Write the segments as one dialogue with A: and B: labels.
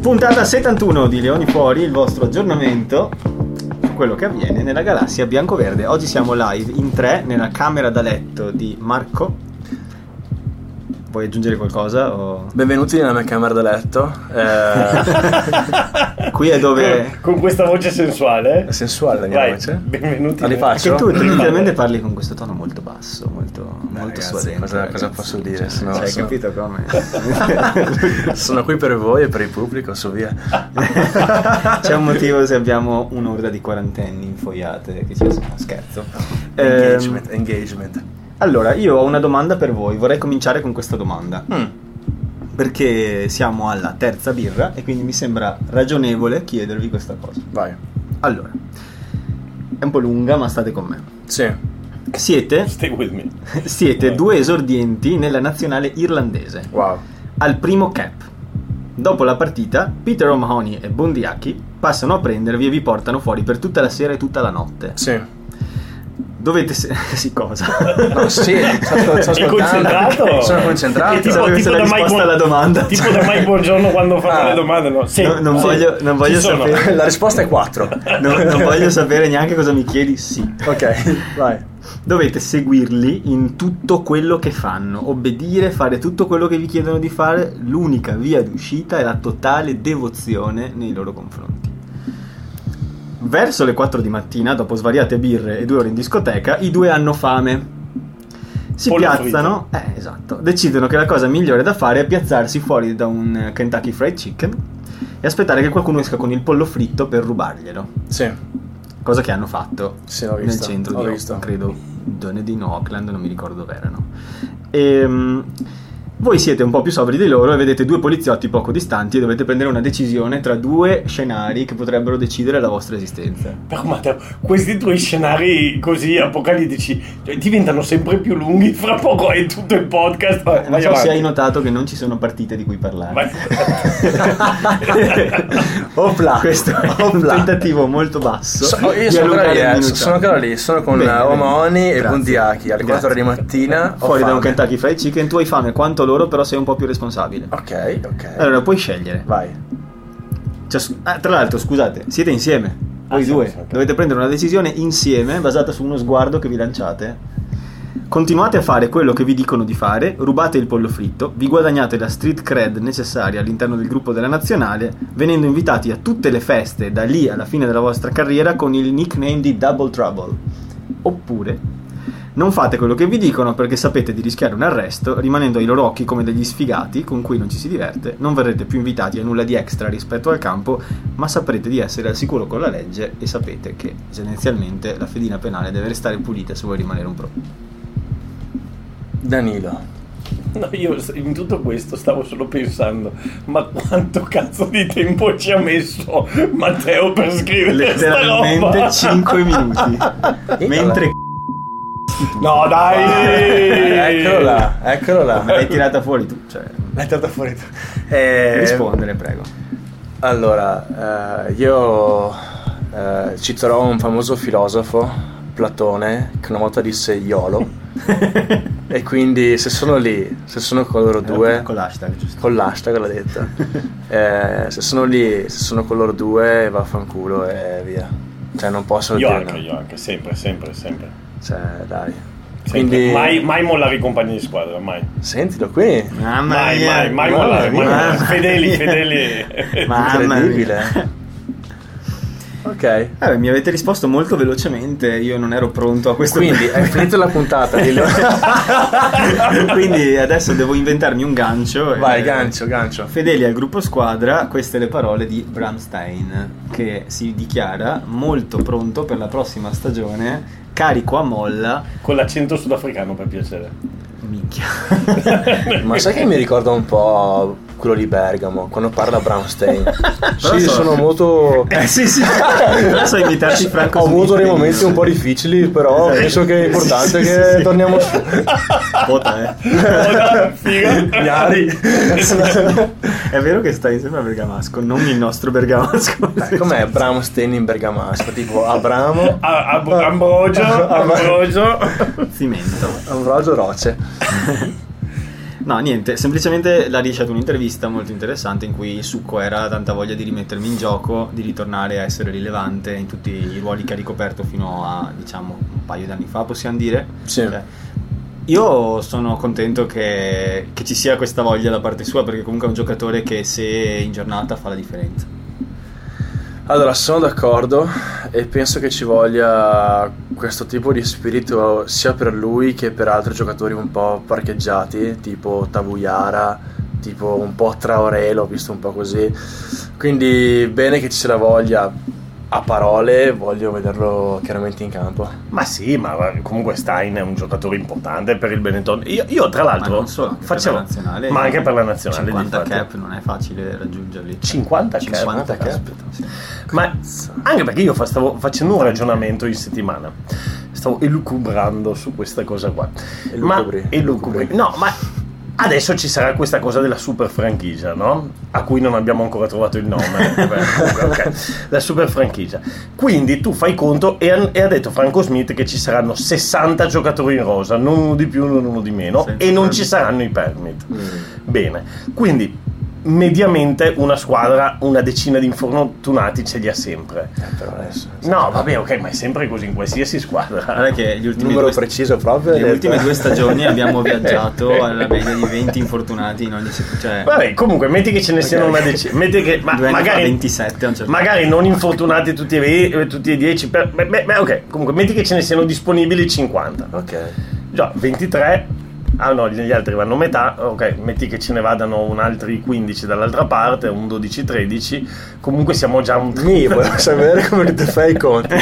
A: Puntata 71 di Leoni Fuori, il vostro aggiornamento su quello che avviene nella galassia bianco-verde. Oggi siamo live in 3 nella camera da letto di Marco. Vuoi aggiungere qualcosa? O...
B: Benvenuti nella mia camera da letto.
A: Qui è dove...
C: Con questa voce sensuale?
B: È sensuale la mia voce?
C: Benvenuti.
B: La rifaccio?
A: Che tu tendenzialmente parli con questo tono molto basso, molto
B: ragazzi,
A: suadente.
B: cosa posso dire?
A: Hai capito come?
B: Sono qui per voi e per il pubblico, so via.
A: C'è un motivo se abbiamo un'orda di quarantenni infoiate che ci sono. Scherzo.
B: Engagement.
A: Allora, io ho una domanda per voi. Vorrei cominciare con questa domanda. Perché siamo alla terza birra e quindi mi sembra ragionevole chiedervi questa cosa.
B: Vai.
A: Allora, è un po' lunga, ma state con me.
B: Sì.
C: Stay with me.
A: Siete due esordienti nella nazionale irlandese.
B: Wow.
A: Al primo cap. Dopo la partita, Peter O'Mahony e Bondiaki passano a prendervi e vi portano fuori per tutta la sera e tutta la notte.
B: Sì.
A: Dovete sì, cosa?
B: No, sì, sto ascoltando.
C: Concentrato?
B: Sono concentrato.
C: Tipo
A: la risposta alla domanda.
C: Tipo da Mike Buongiorno quando fanno le domande, no? Sì,
A: non voglio sapere.
B: La risposta è 4.
A: Non voglio sapere neanche cosa mi chiedi. Sì.
B: Ok, vai.
A: Dovete seguirli in tutto quello che fanno, obbedire, fare tutto quello che vi chiedono di fare. L'unica via di uscita è la totale devozione nei loro confronti. Verso le 4 di mattina, dopo svariate birre e 2 ore in discoteca, i due hanno fame. Si
C: Pollo
A: piazzano, esatto. Decidono che la cosa migliore da fare è piazzarsi fuori da un Kentucky Fried Chicken e aspettare che qualcuno esca con il pollo fritto per rubarglielo.
B: Sì.
A: Cosa che hanno fatto
B: Sì, l'ho visto.
A: nel centro
B: L'ho
A: di
B: visto.
A: Auckland, credo Dunedin o Auckland, non mi ricordo dove erano. Voi siete un po' più sobri di loro e vedete 2 poliziotti poco distanti e dovete prendere una decisione tra 2 scenari che potrebbero decidere la vostra esistenza.
C: Però Matteo, questi tuoi scenari così apocalittici diventano sempre più lunghi. Fra poco è tutto il podcast.
A: Non so se hai notato che non ci sono partite di cui parlare.
B: Opla.
A: Questo è un tentativo molto basso.
B: Io
A: di
B: sono
A: allungare il
B: ancora lì,
A: minutaggio.
B: sono ancora lì. Sono con
A: Bene,
B: O'Mahony e
A: grazie.
B: Bondiaki alle 4
A: Grazie.
B: di mattina.
A: Fuori da un
B: fame.
A: Kentucky Fried Chicken, tu hai fame quanto loro, però sei un po' più responsabile.
B: Ok.
A: Allora puoi scegliere.
B: Vai.
A: Tra l'altro, scusate, siete insieme. Voi due
C: sì.
A: dovete prendere una decisione insieme basata su uno sguardo che vi lanciate. Continuate a fare quello che vi dicono di fare, rubate il pollo fritto, vi guadagnate la street cred necessaria all'interno del gruppo della nazionale, venendo invitati a tutte le feste da lì alla fine della vostra carriera con il nickname di Double Trouble. Oppure non fate quello che vi dicono perché sapete di rischiare un arresto, rimanendo ai loro occhi come degli sfigati con cui non ci si diverte, non verrete più invitati a nulla di extra rispetto al campo, ma saprete di essere al sicuro con la legge e sapete che tendenzialmente la fedina penale deve restare pulita se vuoi rimanere un pro.
B: Danilo.
C: No, io in tutto questo stavo solo pensando, ma quanto cazzo di tempo ci ha messo Matteo per scrivere sta
A: Letteralmente
C: roba?
A: 5 minuti. Mentre
C: No dai!
B: Eccolo là.
A: me l'hai tirata fuori tu, cioè
B: L'hai tirato fuori tu.
A: rispondere, prego.
B: Allora, io citerò un famoso filosofo, Platone, che una volta disse YOLO. E quindi se sono lì, se sono con loro due,
A: Con l'hashtag, giusto?
B: con l'hashtag l'ho detto, se sono lì, se sono con loro due, vaffanculo e via. Cioè non posso
C: Io
B: dire
C: anche, sempre.
B: Cioè dai.
C: Quindi
B: Quindi
C: mai mollare i compagni di squadra, mai.
B: sentilo qui.
A: Mamma mia,
C: Mai mollare, mai
A: mamma
C: mollare.
A: mia.
C: Fedeli.
A: Mamma
B: Incredibile.
A: mia.
B: Ok.
A: Mi avete risposto molto velocemente, io non ero pronto a questo.
B: Quindi è finita la puntata.
A: Quindi adesso devo inventarmi un gancio.
B: Vai, gancio.
A: Fedeli al gruppo squadra, queste le parole di Bramstein, che si dichiara molto pronto per la prossima stagione, carico a molla.
C: Con l'accento sudafricano, per piacere.
A: Minchia.
B: Ma sai che mi ricorda un po' quello di Bergamo quando parla Bramstein? Sì,
A: so.
B: sono molto.
A: Sì. Però so imitarci Franco.
B: Ho avuto dei
A: Sinisterino.
B: momenti un po' difficili, però penso che è importante che
A: Sì.
B: torniamo su.
A: Pota,
C: Figa.
B: Gnari.
A: È vero che stai insieme a Bergamasco, non il nostro Bergamasco.
B: Com'è Bramstein in bergamasco? Tipo Abramo,
C: Ambrogio.
A: Cimento.
B: Ambrogio Roce.
A: No, niente, semplicemente l'ha rilasciato un'intervista molto interessante in cui il succo era tanta voglia di rimettermi in gioco, di ritornare a essere rilevante in tutti i ruoli che ha ricoperto fino a, diciamo, un paio di anni fa, possiamo dire.
B: Sì.
A: Cioè, io sono contento che ci sia questa voglia da parte sua, perché comunque è un giocatore che se in giornata fa la differenza.
B: Allora, sono d'accordo e penso che ci voglia questo tipo di spirito sia per lui che per altri giocatori un po' parcheggiati, tipo Tavuyara, tipo un po' Traoré, l'ho visto un po' così. Quindi bene che ci sia la voglia. A parole voglio vederlo chiaramente in campo.
C: Ma sì, ma comunque Stein è un giocatore importante per il Benetton. Io tra l'altro
A: ma non solo, anche
C: facevo,
A: per la nazionale,
C: ma anche per la nazionale
A: 50
C: difatti.
A: cap non è facile raggiungerli.
C: 50 cap?
A: 50 cap.
C: Aspetta.
A: Sì.
C: Ma anche perché io stavo facendo un ragionamento in settimana, stavo elucubrando su questa cosa qua.
B: Elucubri.
C: No, ma adesso ci sarà questa cosa della super franchigia, no? A cui non abbiamo ancora trovato il nome. Okay. La super franchigia. Quindi tu fai conto e ha detto Franco Smith che ci saranno 60 giocatori in rosa, non uno di più, non uno di meno,
A: Senza
C: e non
A: permit.
C: ci saranno i permit. Bene, quindi mediamente una squadra una decina di infortunati ce li ha sempre.
B: Però adesso
C: No, vabbè, ok, ma è sempre così in qualsiasi squadra.
A: Guarda che gli ultimi
B: numero
A: due,
B: preciso proprio.
A: le ultime 2 stagioni abbiamo viaggiato alla media di 20 infortunati in ogni cioè
C: Vabbè, comunque metti che ce ne siano una decina, metti che
A: 2 anni fa
C: magari
A: 27 a un certo
C: magari non infortunati tutti e 10 ok, comunque metti che ce ne siano disponibili 50.
B: Ok.
C: Già 23. Ah no, gli altri vanno metà, ok, metti che ce ne vadano un altri 15 dall'altra parte, un 12-13, comunque siamo già un
B: Volevo sapere come ti fai i conti.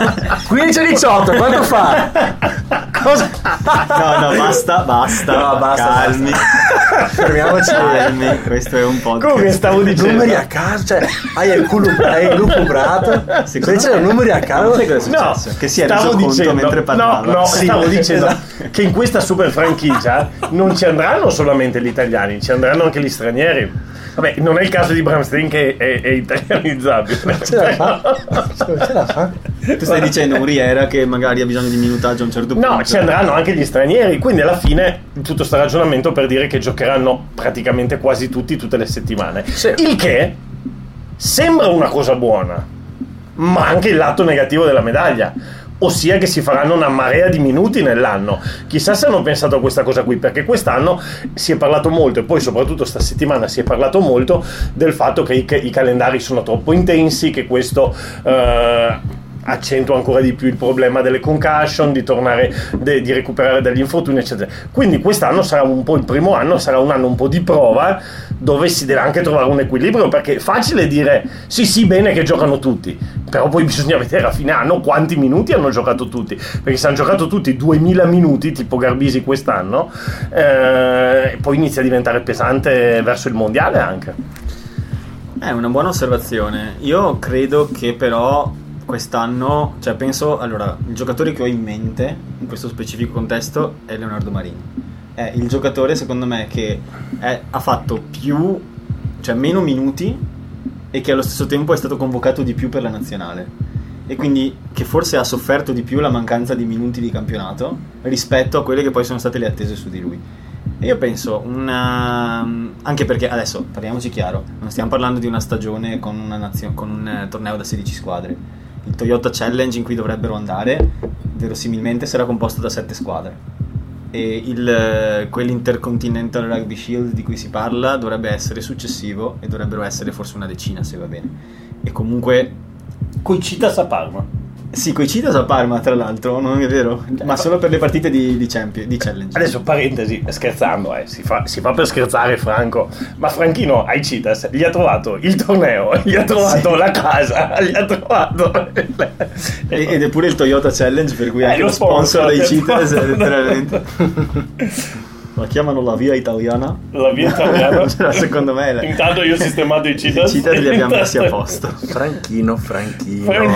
B: 15-18, quanto fa?
C: Cosa?
A: No, basta.
B: No, basta,
A: calmi.
B: Fermiamoci.
A: Calmi, questo è un podcast.
C: Comunque stavo dicendo
B: Numeri a caso, cioè hai lucubrato, invece numeri a caso.
A: Sai cosa è successo? Che si è
C: stavo
A: reso conto mentre parlava.
C: No,
A: Sì.
C: stavo dicendo che in questa super franchigia non ci andranno solamente gli italiani, ci andranno anche gli stranieri. Vabbè, non è il caso di Bramstein che è italianizzabile.
B: Ce la fa?
A: Tu stai dicendo un Riera che magari ha bisogno di minutaggio a un certo punto.
C: No, ci andranno anche gli stranieri, quindi alla fine tutto sto ragionamento per dire che giocheranno praticamente quasi tutti tutte le settimane.
B: Sì.
C: Il che sembra una cosa buona, ma anche il lato negativo della medaglia, ossia che si faranno una marea di minuti nell'anno. Chissà se hanno pensato a questa cosa qui, perché quest'anno si è parlato molto, e poi soprattutto sta settimana si è parlato molto del fatto che i calendari sono troppo intensi, che questo accentua ancora di più il problema delle concussion, di tornare, di recuperare dagli infortuni, eccetera. Quindi quest'anno sarà un po' il primo anno, sarà un anno un po' di prova, dove si deve anche trovare un equilibrio, perché è facile dire sì bene che giocano tutti, però poi bisogna vedere a fine anno quanti minuti hanno giocato tutti, perché se hanno giocato tutti 2000 minuti tipo Garbisi quest'anno, poi inizia a diventare pesante verso il mondiale anche.
A: È una buona osservazione. Io credo che però quest'anno, cioè penso, allora, il giocatore che ho in mente in questo specifico contesto è Leonardo Marini. È il giocatore, secondo me, che ha fatto meno minuti e che allo stesso tempo è stato convocato di più per la nazionale, e quindi che forse ha sofferto di più la mancanza di minuti di campionato rispetto a quelle che poi sono state le attese su di lui. E io penso anche perché adesso parliamoci chiaro, non stiamo parlando di una stagione con un torneo da 16 squadre. Il Toyota Challenge in cui dovrebbero andare verosimilmente sarà composto da 7 squadre, e quell'Intercontinental Rugby Shield di cui si parla dovrebbe essere successivo, e dovrebbero essere forse una decina se va bene. E comunque
C: Coi Citas a Parma.
A: sì, coi Citas a Parma, tra l'altro, non è vero? Ma solo per le partite di Challenge.
C: Adesso parentesi, scherzando, si fa per scherzare Franco, ma Franchino ai Citas gli ha trovato il torneo, gli ha trovato la casa, gli ha trovato
A: Ed è pure il Toyota Challenge, per cui anche
C: lo
A: lo sponsor dei Citas è
C: sponsor.
A: letteralmente la chiamano la via italiana.
C: la via italiana.
A: Cioè, secondo me
C: Intanto io ho sistemato i
A: i
C: Citas.
A: Citas li abbiamo messi a posto.
B: Franchino.
C: Franchino.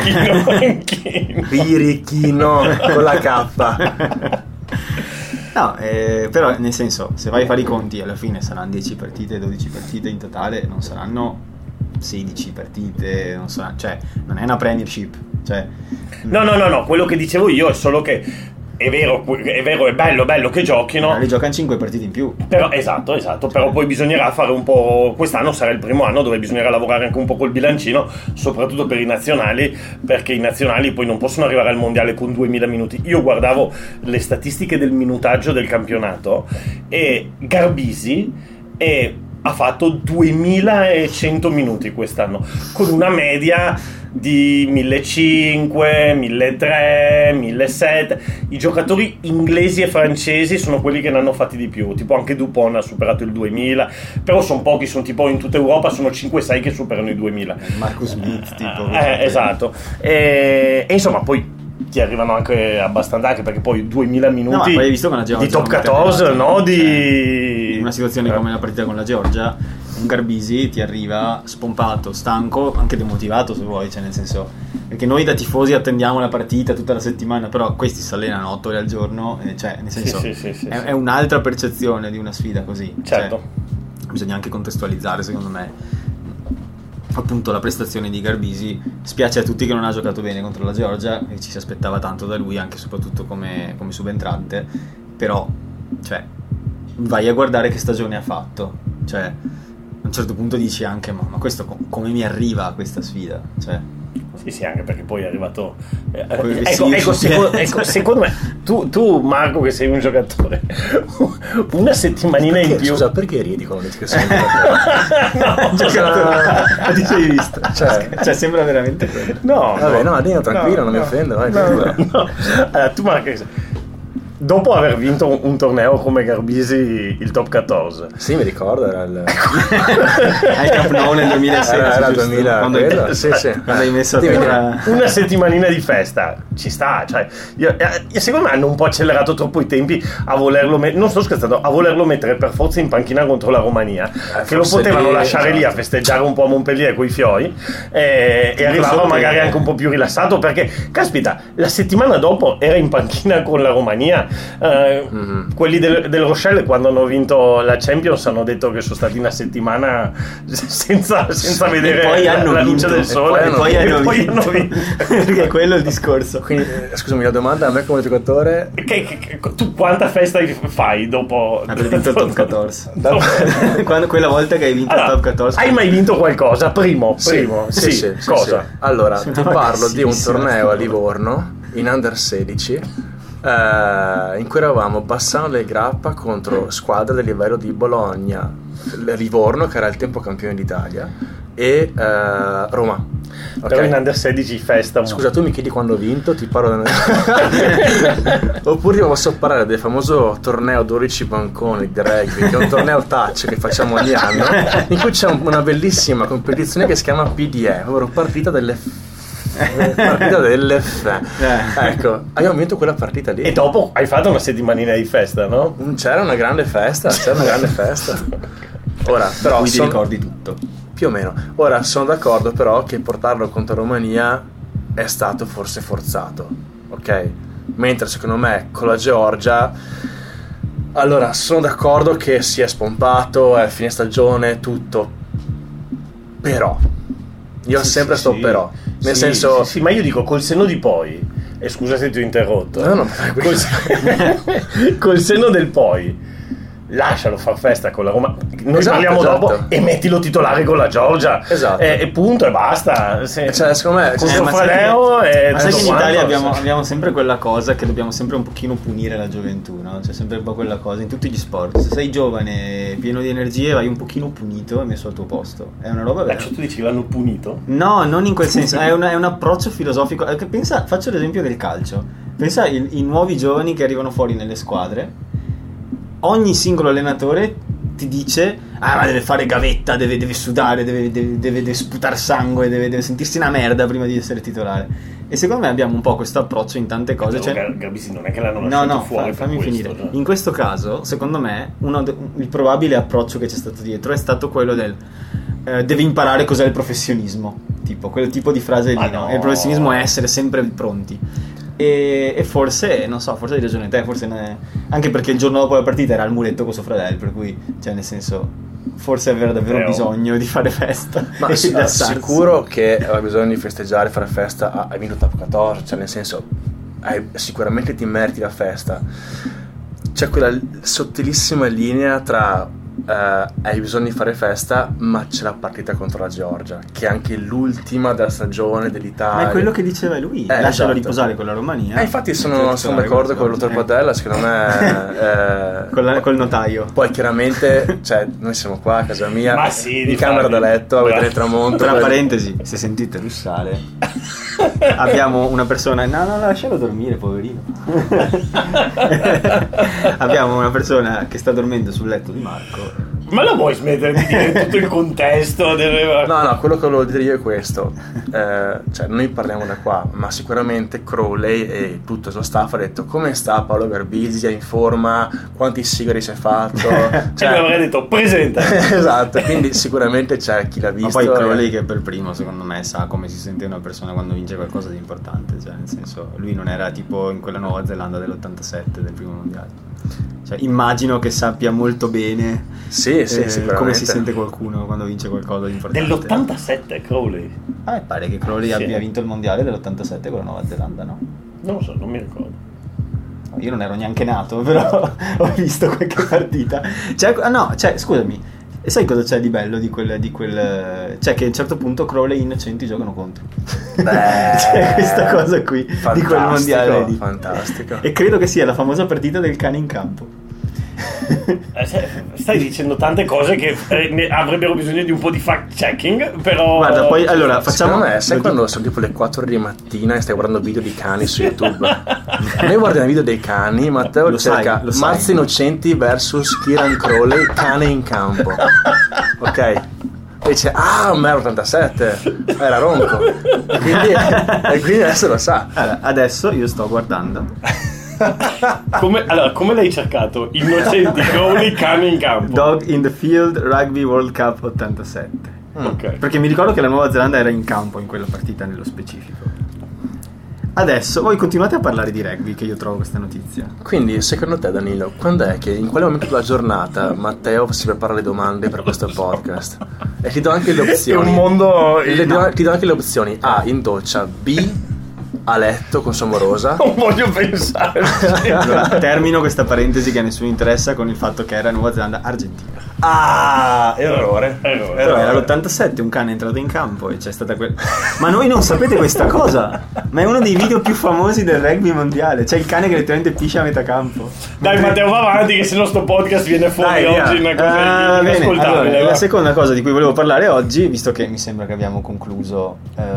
B: Birichino con la K.
A: No, però nel senso, se vai a fare i conti, alla fine saranno 10 partite, 12 partite in totale, non saranno 16 partite, cioè non è una Premiership, cioè
C: No, quello che dicevo io è solo che è vero, è bello che giochino.
A: Li giocano 5 partite in più.
C: Però, esatto, però poi bisognerà fare un po'. Quest'anno sarà il primo anno dove bisognerà lavorare anche un po' col bilancino, soprattutto per i nazionali, perché i nazionali poi non possono arrivare al mondiale con 2000 minuti. Io guardavo le statistiche del minutaggio del campionato e Garbisi ha fatto 2100 minuti quest'anno, con una media di 1500, 1300, 1700. I giocatori inglesi e francesi sono quelli che ne hanno fatti di più, tipo anche Dupont ha superato il 2000, però sono pochi, sono tipo in tutta Europa sono 5-6 che superano i 2000.
A: Marcus Smith tipo.
C: Esatto. E insomma poi ti arrivano anche abbastanza, anche perché poi 2000 minuti
A: ma poi hai visto con la Georgia,
C: di top 14, no? Di
A: una situazione come la partita con la Georgia, un Garbisi ti arriva spompato, stanco, anche demotivato se vuoi, cioè nel senso, perché noi da tifosi attendiamo la partita tutta la settimana, però questi si allenano 8 ore al giorno, cioè nel senso è un'altra percezione di una sfida così.
C: Certo.
A: Cioè, bisogna anche contestualizzare secondo me appunto la prestazione di Garbisi. Spiace a tutti che non ha giocato bene contro la Georgia, e ci si aspettava tanto da lui, anche soprattutto come subentrante, però cioè vai a guardare che stagione ha fatto, cioè a un certo punto dici anche ma questo come mi arriva a questa sfida, cioè
C: sì, anche perché poi è arrivato secondo me tu Marco, che sei un giocatore, una settimanina in più.
B: Scusa, perché ridi quando dici che sei un
C: giocatore?
A: ti sei visto, cioè sembra veramente quello.
B: No, Dino, tranquillo, non mi offendo, vai.
C: No. Allora, tu Marco, dopo aver vinto un torneo come Garbisi, il top 14.
B: Sì, mi ricordo, era il
A: Camp Nou nel 2016.
B: Era il 2000,
A: quando hai messo a terra
C: una settimanina di festa, ci sta, cioè secondo me hanno un po' accelerato troppo i tempi a volerlo non sto scherzando, a volerlo mettere per forza in panchina contro la Romania, che lo potevano lasciare lì a festeggiare un po' a Montpellier coi fioi, e arrivava magari anche un po' più rilassato, perché caspita, la settimana dopo era in panchina con la Romania. Quelli del Rochelle, quando hanno vinto la Champions, hanno detto che sono stati una settimana senza vedere
A: poi
C: la luce del sole,
A: e poi hanno vinto. Perché quello è il discorso.
B: Quindi, scusami, la domanda a me come giocatore,
C: tu quanta festa fai dopo
A: aver vinto il top 14? Quella volta che hai vinto il top 14,
C: hai mai vinto qualcosa? Primo.
B: Sì,
C: Cosa?
B: sì. Allora, ti parlo di un torneo a Livorno in Under 16, in cui eravamo Bassano del Grappa contro squadre del livello di Bologna, Livorno, che era il tempo campione d'Italia, e Roma.
C: Però in Under 16 festa.
B: Scusa, tu mi chiedi quando ho vinto, ti parlo oppure ti posso parlare del famoso torneo 12 banconi di rugby, che è un torneo touch che facciamo ogni anno, in cui c'è una bellissima competizione che si chiama PDE, ovvero partita delle ecco, abbiamo vinto quella partita lì.
C: E dopo hai fatto una settimanina di festa, no?
B: C'era una grande festa. Ora, però
A: ti ricordi tutto
B: più o meno. Ora sono d'accordo però che portarlo contro Romania è stato forse forzato, ok? Mentre secondo me con la Georgia, allora sono d'accordo che si è spompato, è fine stagione, tutto, però io ho sempre però nel senso
C: sì, ma io dico col senno di poi, e scusa se ti ho interrotto,
B: no,
C: col senno del poi lascialo far festa con la Roma, noi parliamo dopo, e mettilo titolare con la Georgia, e punto e basta.
B: Cioè secondo me
A: ma sai che in Italia abbiamo sempre quella cosa che dobbiamo sempre un pochino punire la gioventù, no? C'è sempre un po' quella cosa in tutti gli sport, se sei giovane pieno di energie vai un pochino punito e messo al tuo posto, è una roba vera.
C: Cioè, tu dici che l'hanno punito?
A: No, non in quel senso, è un approccio filosofico. Faccio l'esempio del calcio, pensa i nuovi giovani che arrivano fuori nelle squadre, ogni singolo allenatore ti dice ma deve fare gavetta, deve sudare, deve sputare sangue, deve sentirsi una merda prima di essere titolare. E secondo me abbiamo un po' questo approccio in tante cose.
C: Garbisi non è che l'hanno lasciato fuori.
A: Fammi
C: questo,
A: finire.
C: Cioè.
A: In questo caso, secondo me, il probabile approccio che c'è stato dietro è stato quello del deve imparare cos'è il professionismo, tipo quel tipo di frase lì, no? Il professionismo è essere sempre pronti. E forse, non so, forse hai ragione te, forse anche perché il giorno dopo la partita era al muretto con suo fratello, per cui, cioè nel senso, forse aveva davvero bisogno di fare festa.
B: Ma
A: e
B: sicuro che aveva bisogno di festeggiare, fare festa, hai vinto top 14, cioè nel senso sicuramente ti meriti la festa. C'è quella sottilissima linea tra hai bisogno di fare festa, ma c'è la partita contro la Georgia, che è anche l'ultima della stagione dell'Italia.
A: Ma è quello che diceva lui, lascialo
B: esatto.
A: riposare con la Romania.
B: Infatti sono d'accordo con il dottor Padella, secondo me
A: col notaio.
B: Poi chiaramente, cioè, noi siamo qua a casa mia,
C: Ma sì,
B: in camera da letto a vedere il tramonto.
A: Tra parentesi, se sentite russare, abbiamo una persona. No, lascialo dormire, poverino. Abbiamo una persona che sta dormendo sul letto di Marco.
C: Ma la vuoi smettere di dire tutto il contesto?
B: No, quello che volevo dire io è questo. Cioè, noi parliamo da qua, ma sicuramente Crowley e tutto il suo staff ha detto: come sta Paolo Garbisi, è in forma, quanti sigari si è fatto?
C: Cioè, mi avrei detto presenta.
B: Esatto, quindi sicuramente c'è chi l'ha visto.
A: Ma poi Crowley, che per primo secondo me sa come si sente una persona quando vince qualcosa di importante, cioè nel senso, lui non era tipo in quella Nuova Zelanda dell'87 del primo mondiale. Cioè, immagino che sappia molto bene come si sente qualcuno quando vince qualcosa di importante.
C: Dell'87 Crowley?
A: Pare che Crowley abbia vinto il mondiale dell'87 con la Nuova Zelanda, no?
C: Non lo so, non mi ricordo.
A: Io non ero neanche nato, però ho visto qualche partita. Cioè, scusami, e sai cosa c'è di bello di quel cioè che a un certo punto Crowley e Innocenti giocano contro. C'è questa cosa qui di quel mondiale lì.
B: Fantastico.
A: E credo che sia la famosa partita del cane in campo.
C: Stai dicendo tante cose che avrebbero bisogno di un po' di fact checking, però
A: guarda, poi allora facciamo.
B: Secondo me, sai quando sono tipo le 4 di mattina e stai guardando video di cani su YouTube? Noi guardiamo video dei cani, Matteo cerca Mazzi Innocenti versus Kieran Crowley, cane in campo. Ok? E dice, ma era 87, era Ronco. E quindi adesso lo sa.
A: Allora, adesso io sto guardando.
C: Come l'hai cercato? Innocenti Crowley, cane in campo.
A: Dog in the Field Rugby World Cup 87.
C: Ok.
A: Perché mi ricordo che la Nuova Zelanda era in campo in quella partita nello specifico. Adesso voi continuate a parlare di rugby, che io trovo questa notizia.
B: Quindi secondo te, Danilo, quando è che in quale momento della giornata Matteo si prepara le domande per questo podcast? E ti do anche le opzioni.
C: È un mondo.
B: Ti do anche le opzioni: A, in doccia; B, a letto con sua morosa.
C: Non voglio pensare.
A: Allora, termino questa parentesi che a nessuno interessa con il fatto che era Nuova Zelanda Argentina.
C: Errore.
A: Però era l'87, un cane è entrato in campo e c'è stata Ma noi non sapete questa cosa. Ma è uno dei video più famosi del rugby mondiale. C'è il cane che letteralmente piscia a metà campo.
C: Dai Matteo, va avanti, che se il nostro podcast viene fuori oggi una cosa inascoltabile.
A: Allora, la seconda cosa di cui volevo parlare oggi, visto che mi sembra che abbiamo concluso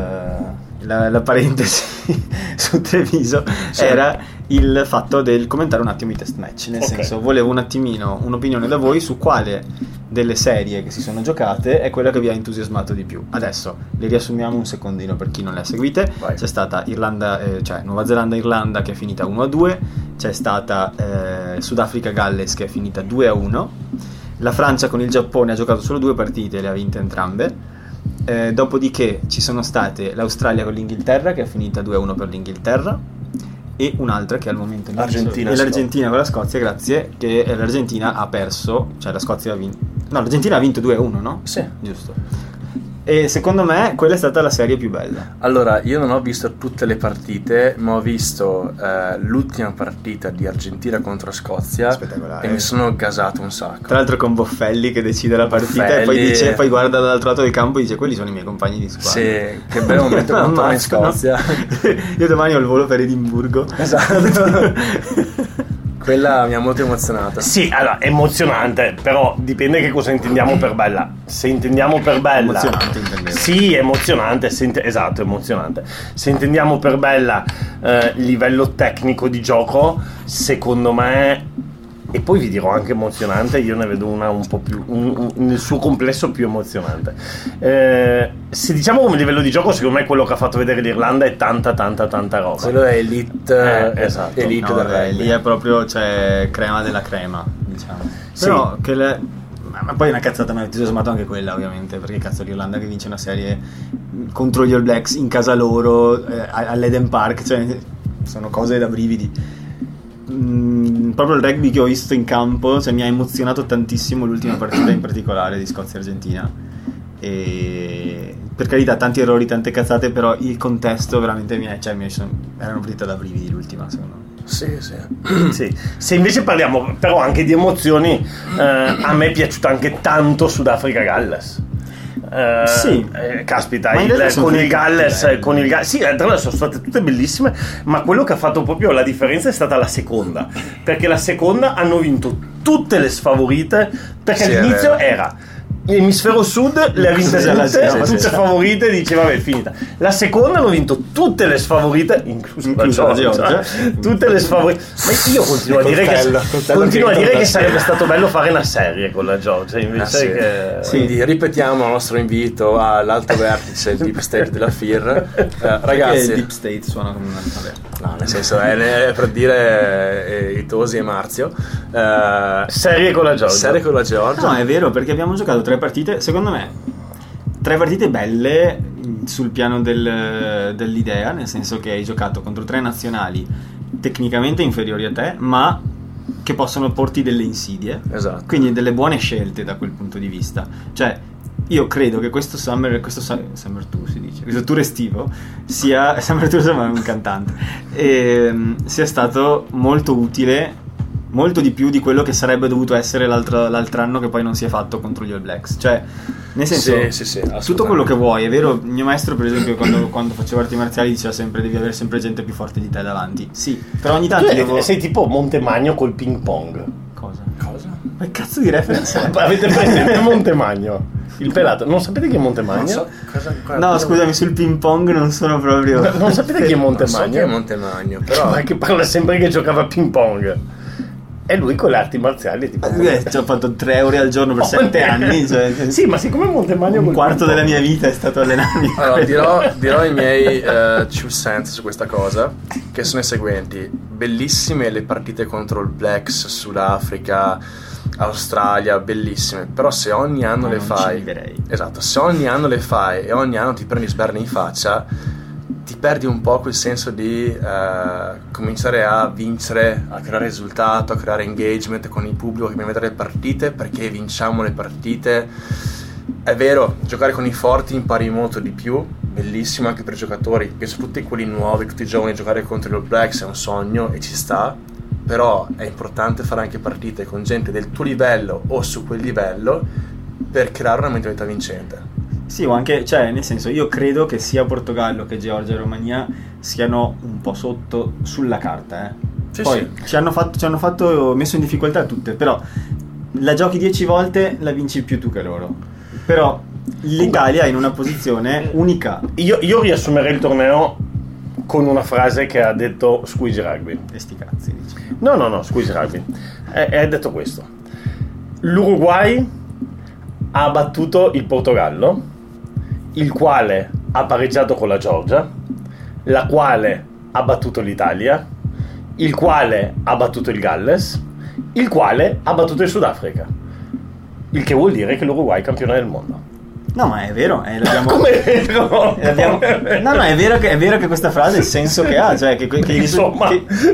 A: la parentesi su Treviso, era il fatto del commentare un attimo i test match. Nel senso, volevo un attimino un'opinione da voi su quale delle serie che si sono giocate è quella che vi ha entusiasmato di più. Adesso le riassumiamo un secondino per chi non le ha seguite.
B: Vai.
A: C'è stata Nuova Zelanda-Irlanda che è finita 1-2, c'è stata Sudafrica-Galles che è finita 2-1, la Francia con il Giappone ha giocato solo 2 partite e le ha vinte entrambe. Dopodiché ci sono state l'Australia con l'Inghilterra che è finita 2-1 per l'Inghilterra, e un'altra che al momento non
B: Argentina,
A: e l'Argentina con la Scozia, grazie, che l'Argentina ha perso, cioè la Scozia ha vinto. No, l'Argentina ha vinto 2-1, no?
B: Sì.
A: Giusto. E secondo me quella è stata la serie più bella.
B: Allora, io non ho visto tutte le partite, ma ho visto l'ultima partita di Argentina contro Scozia.
A: Spettacolare.
B: E mi sono gasato un sacco.
A: Tra l'altro con Boffelli che decide la partita
B: Boffelli.
A: e poi guarda dall'altro lato del campo e dice: quelli sono i miei compagni di squadra.
B: Sì, che bel momento quando torno in Scozia.
A: Io domani ho il volo per Edimburgo.
B: Esatto. Quella mi ha molto emozionato.
C: Sì, allora, emozionante, però dipende che cosa intendiamo per bella. Se intendiamo per bella...
A: Emozionante intendevo.
C: Sì, emozionante, esatto, emozionante. Se intendiamo per bella livello tecnico di gioco, secondo me... E poi vi dirò anche emozionante, io ne vedo una un po' più nel suo complesso più emozionante. Se diciamo come livello di gioco, secondo me quello che ha fatto vedere l'Irlanda è tanta roba.
B: Quello è elite,
C: esatto.
B: elite
A: No,
B: del
A: vabbè,
B: rugby.
A: lì è proprio, cioè, crema della crema, diciamo. Però che ma poi è una cazzata, mi ha entusiasmato anche quella, ovviamente, perché cazzo l'Irlanda che vince una serie contro gli All Blacks in casa loro, all'Eden Park, cioè sono cose da brividi. Proprio il rugby che ho visto in campo, cioè, mi ha emozionato tantissimo l'ultima partita in particolare di Scozia-Argentina, e per carità, tanti errori, tante cazzate, però il contesto veramente erano partita da brividi l'ultima, secondo me.
B: Sì.
C: Sì. Se invece parliamo però anche di emozioni, a me è piaciuto anche tanto Sudafrica-Galles.
A: Sì.
C: Caspita,
A: Ma in realtà
C: con il
A: belli.
C: Galles, sì, tra l'altro sono state tutte bellissime, ma quello che ha fatto proprio la differenza è stata la seconda, perché la seconda hanno vinto tutte le sfavorite, perché
B: Sì,
C: all'inizio era l'emisfero sud le ha vinte tutte favorite, diceva vabbè è finita. La seconda hanno vinto tutte le sfavorite, inclusa la Georgia, tutte le sfavorite. Ma io continuo a dire che sarebbe stato bello fare una serie con la Georgia invece che...
B: Quindi ripetiamo il nostro invito all'alto vertice, il deep state della FIR. Ragazzi,
A: il deep state suona come una... Vabbè.
B: No, nel senso è per dire i Tosi e Marzio.
C: Serie con la Georgia.
A: No, è vero, perché abbiamo giocato 3 partite, secondo me 3 partite belle sul piano dell'idea, nel senso che hai giocato contro 3 nazionali tecnicamente inferiori a te, ma che possono porti delle insidie.
B: Esatto.
A: Quindi delle buone scelte da quel punto di vista. Cioè, io credo che questo Summer Tour si dice, questo tour estivo sia Summer Tour, sembra un cantante, sia stato molto utile, molto di più di quello che sarebbe dovuto essere l'altro anno, che poi non si è fatto contro gli All Blacks. Cioè, nel senso,
B: sì,
A: tutto quello che vuoi, è vero. Il mio maestro, per esempio, quando facevo arti marziali, diceva sempre: devi avere sempre gente più forte di te davanti. Sì, però ogni tanto
C: sei tipo Montemagno col ping pong.
A: Cosa? Ma che cazzo di reference è?
C: Avete presente Montemagno? Il pelato, non sapete chi è Montemagno?
A: No, scusami, sul ping pong non sono proprio.
C: Non sapete chi è Montemagno?
B: Non so chi è Montemagno, però
C: Ma che parla sempre che giocava a ping pong. E lui con le arti marziali tipo
A: ci ho fatto 3 ore al giorno per 7 anni, cioè,
C: sì, ma siccome Montemagno
A: un quarto della mia vita è stato allenarmi.
B: Allora, dirò i miei 2 cents su questa cosa, che sono i seguenti. Bellissime le partite contro il Blacks, Sudafrica, Australia, bellissime, però se ogni anno le fai, esatto, se ogni anno le fai e ogni anno ti prendi sberni in faccia, ti perdi un po' quel senso di cominciare a vincere, a creare risultato, a creare engagement con il pubblico che viene a vedere le partite, perché vinciamo le partite. È vero, giocare con i forti impari molto di più, bellissimo anche per i giocatori, penso tutti quelli nuovi, tutti i giovani, giocare contro gli All Blacks è un sogno e ci sta, però è importante fare anche partite con gente del tuo livello o su quel livello per creare una mentalità vincente.
A: Sì, o anche, cioè, nel senso, io credo che sia Portogallo che Georgia e Romania siano un po' sotto sulla carta,
B: Sì,
A: poi
B: sì.
A: ci hanno messo in difficoltà tutte, però la giochi 10 volte, la vinci più tu che loro. Però l'Italia è in una posizione unica.
C: Io riassumerei il torneo con una frase che ha detto Squeeze Rugby.
A: E sti cazzi, dici.
C: No, Squeeze Rugby. Ha detto questo: l'Uruguay ha battuto il Portogallo, il quale ha pareggiato con la Georgia, la quale ha battuto l'Italia, il quale ha battuto il Galles, il quale ha battuto il Sudafrica. Il che vuol dire che l'Uruguay è campione del mondo.
A: No, ma è vero,
C: Come è vero?
A: No, è vero che questa frase è il senso che ha, cioè che
C: insomma.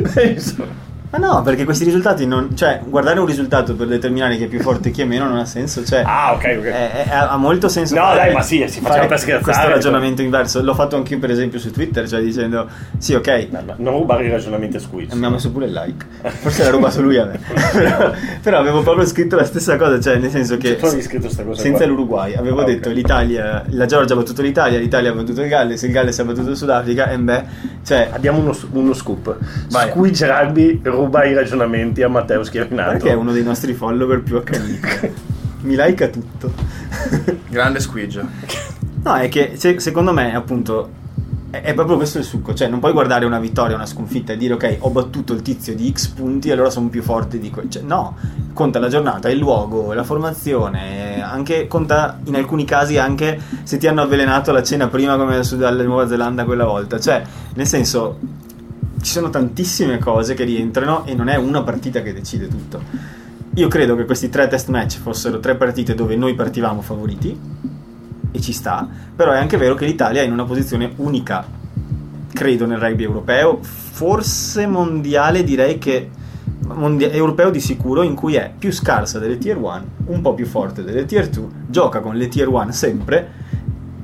A: Ma no, perché questi risultati cioè, guardare un risultato per determinare chi è più forte e chi è meno non ha senso, cioè.
C: Ok.
A: Ha molto senso.
C: No, dai, ma sì, si faceva per scherzare.
A: Questo ragionamento inverso l'ho fatto anch'io, per esempio, su Twitter, cioè dicendo sì, ok.
C: No, non rubare i ragionamenti a Squeeze.
A: Mi ha messo pure il like. Forse l'ha rubato lui a me. però avevo proprio scritto la stessa cosa, cioè nel senso che
C: tu avevi scritto sta cosa
A: senza
C: qua.
A: l'Uruguay avevo detto l'Italia, la Georgia ha battuto l'Italia ha battuto il Galles ha battuto il Sudafrica, e cioè
C: abbiamo uno scoop.
A: Vai.
C: Squeeze Rugby ruba i ragionamenti a Matteo Schiavinato,
A: perché è uno dei nostri follower più accaniti. Mi like a tutto.
B: Grande squidge.
A: No, è che secondo me appunto è proprio questo il succo, cioè non puoi guardare una vittoria, una sconfitta e dire ok, ho battuto il tizio di X punti, allora sono più forte di cioè, no, conta la giornata, il luogo, la formazione, anche conta in alcuni casi anche se ti hanno avvelenato la cena prima, come dalla Nuova Zelanda quella volta, cioè nel senso ci sono tantissime cose che rientrano e non è una partita che decide tutto. Io credo che questi 3 test match fossero 3 partite dove noi partivamo favoriti, e ci sta, però è anche vero che l'Italia è in una posizione unica, credo, nel rugby europeo, forse mondiale, direi che europeo di sicuro, in cui è più scarsa delle tier 1, un po' più forte delle tier 2, gioca con le tier 1 sempre,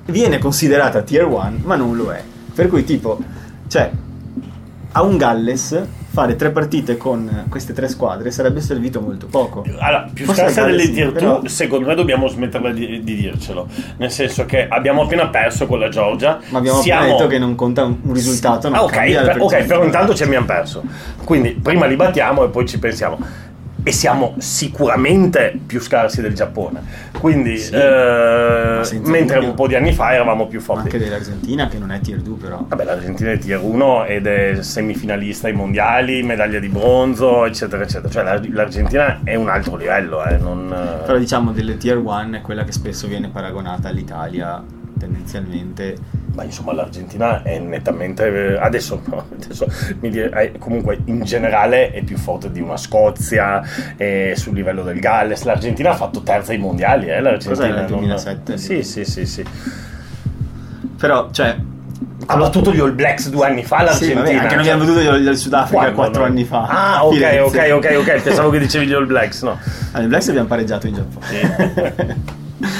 A: viene considerata tier 1 ma non lo è, per cui tipo, cioè, a un Galles fare 3 partite con queste 3 squadre sarebbe servito molto poco.
C: Allora, più
A: Forse
C: scarsa
A: il
C: delle
A: Galles
C: tier
A: sì, però-
C: 2, secondo me dobbiamo smetterla di dircelo, nel senso che abbiamo appena perso con la Georgia,
A: Ma abbiamo appena detto che non conta un risultato, non
C: ok,
A: cambia la
C: ok,
A: percentuale.
C: però intanto ci abbiamo perso, quindi prima li battiamo e poi ci pensiamo. E siamo sicuramente più scarsi del Giappone, quindi
A: Sì, ma senza
C: mentre
A: dubbio.
C: un po' di anni fa eravamo più
A: Ma
C: forti.
A: anche dell'Argentina che non è tier 2 però.
C: Vabbè, l'Argentina è tier 1 ed è semifinalista ai mondiali, medaglia di bronzo, eccetera, eccetera. Cioè l'Argentina è un altro livello,
A: Però diciamo delle tier 1 è quella che spesso viene paragonata all'Italia tendenzialmente.
C: Ma insomma l'Argentina è nettamente adesso comunque in generale è più forte di una Scozia sul livello del Galles. L'Argentina ha fatto terza ai mondiali, l'Argentina.
A: Cos'era nel 2007?
C: Sì.
A: Però cioè
C: Ha battuto gli All Blacks 2 anni fa
A: sì,
C: l'Argentina.
A: vabbè, anche noi abbiamo veduto il Sudafrica
C: Quando
A: 4
C: noi?
A: anni fa.
C: Ah,
A: Firenze.
C: ok. Pensavo che dicevi gli All Blacks, no.
A: Allora, i Blacks abbiamo pareggiato in Giappone.
C: Sì.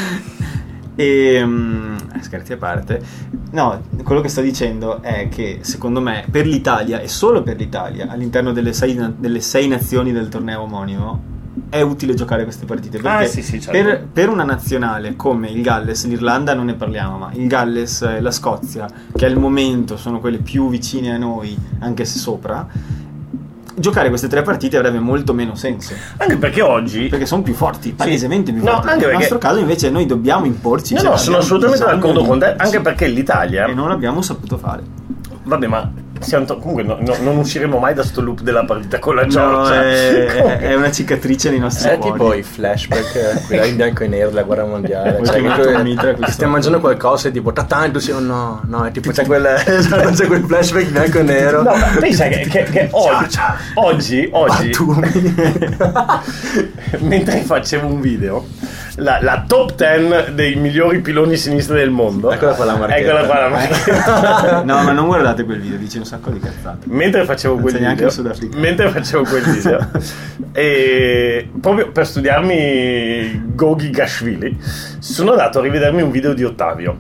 A: E scherzi a parte, no, quello che sto dicendo è che secondo me per l'Italia e solo per l'Italia all'interno delle 6 nazioni del torneo omonimo è utile giocare queste partite perché
C: sì, certo.
A: per una nazionale come il Galles, l'Irlanda non ne parliamo, ma il Galles e la Scozia, che al momento sono quelle più vicine a noi anche se sopra, giocare queste 3 partite avrebbe molto meno senso
C: Anche perché oggi
A: perché sono più forti, palesemente più
C: No,
A: forti.
C: anche
A: Nel
C: perché-
A: nostro caso invece noi dobbiamo imporci.
C: No,
A: cioè,
C: no, sono
A: abbiamo
C: assolutamente
A: bisogno
C: d'accordo
A: di
C: con te,
A: imporci.
C: anche perché l'Italia
A: E non l'abbiamo saputo fare.
C: vabbè, ma comunque non usciremo mai da sto loop della partita con la
A: No,
C: Georgia.
A: è una cicatrice nei nostri
D: È
A: cuori.
D: tipo i flashback, quelli in bianco e nero della guerra mondiale.
A: Vuoi
D: Cioè,
A: chiamare
D: che
A: un mitra questo?
D: stai mangiando qualcosa e tipo tanto sì, no, è tipo c'è quel flashback in bianco e nero.
C: No, ma pensa che oggi
D: Battumi.
C: mentre facevo un video la top 10 dei migliori piloni sinistri del mondo,
D: Eccola qua la marchetta.
C: eccola qua la marchetta.
A: No, ma non guardate quel video, dice un sacco di cazzate.
C: Mentre facevo quel
A: Non c'è neanche
C: video,
A: il Sudafrica.
C: e proprio per studiarmi Gogi Gashvili sono andato a rivedermi un video di Ottavio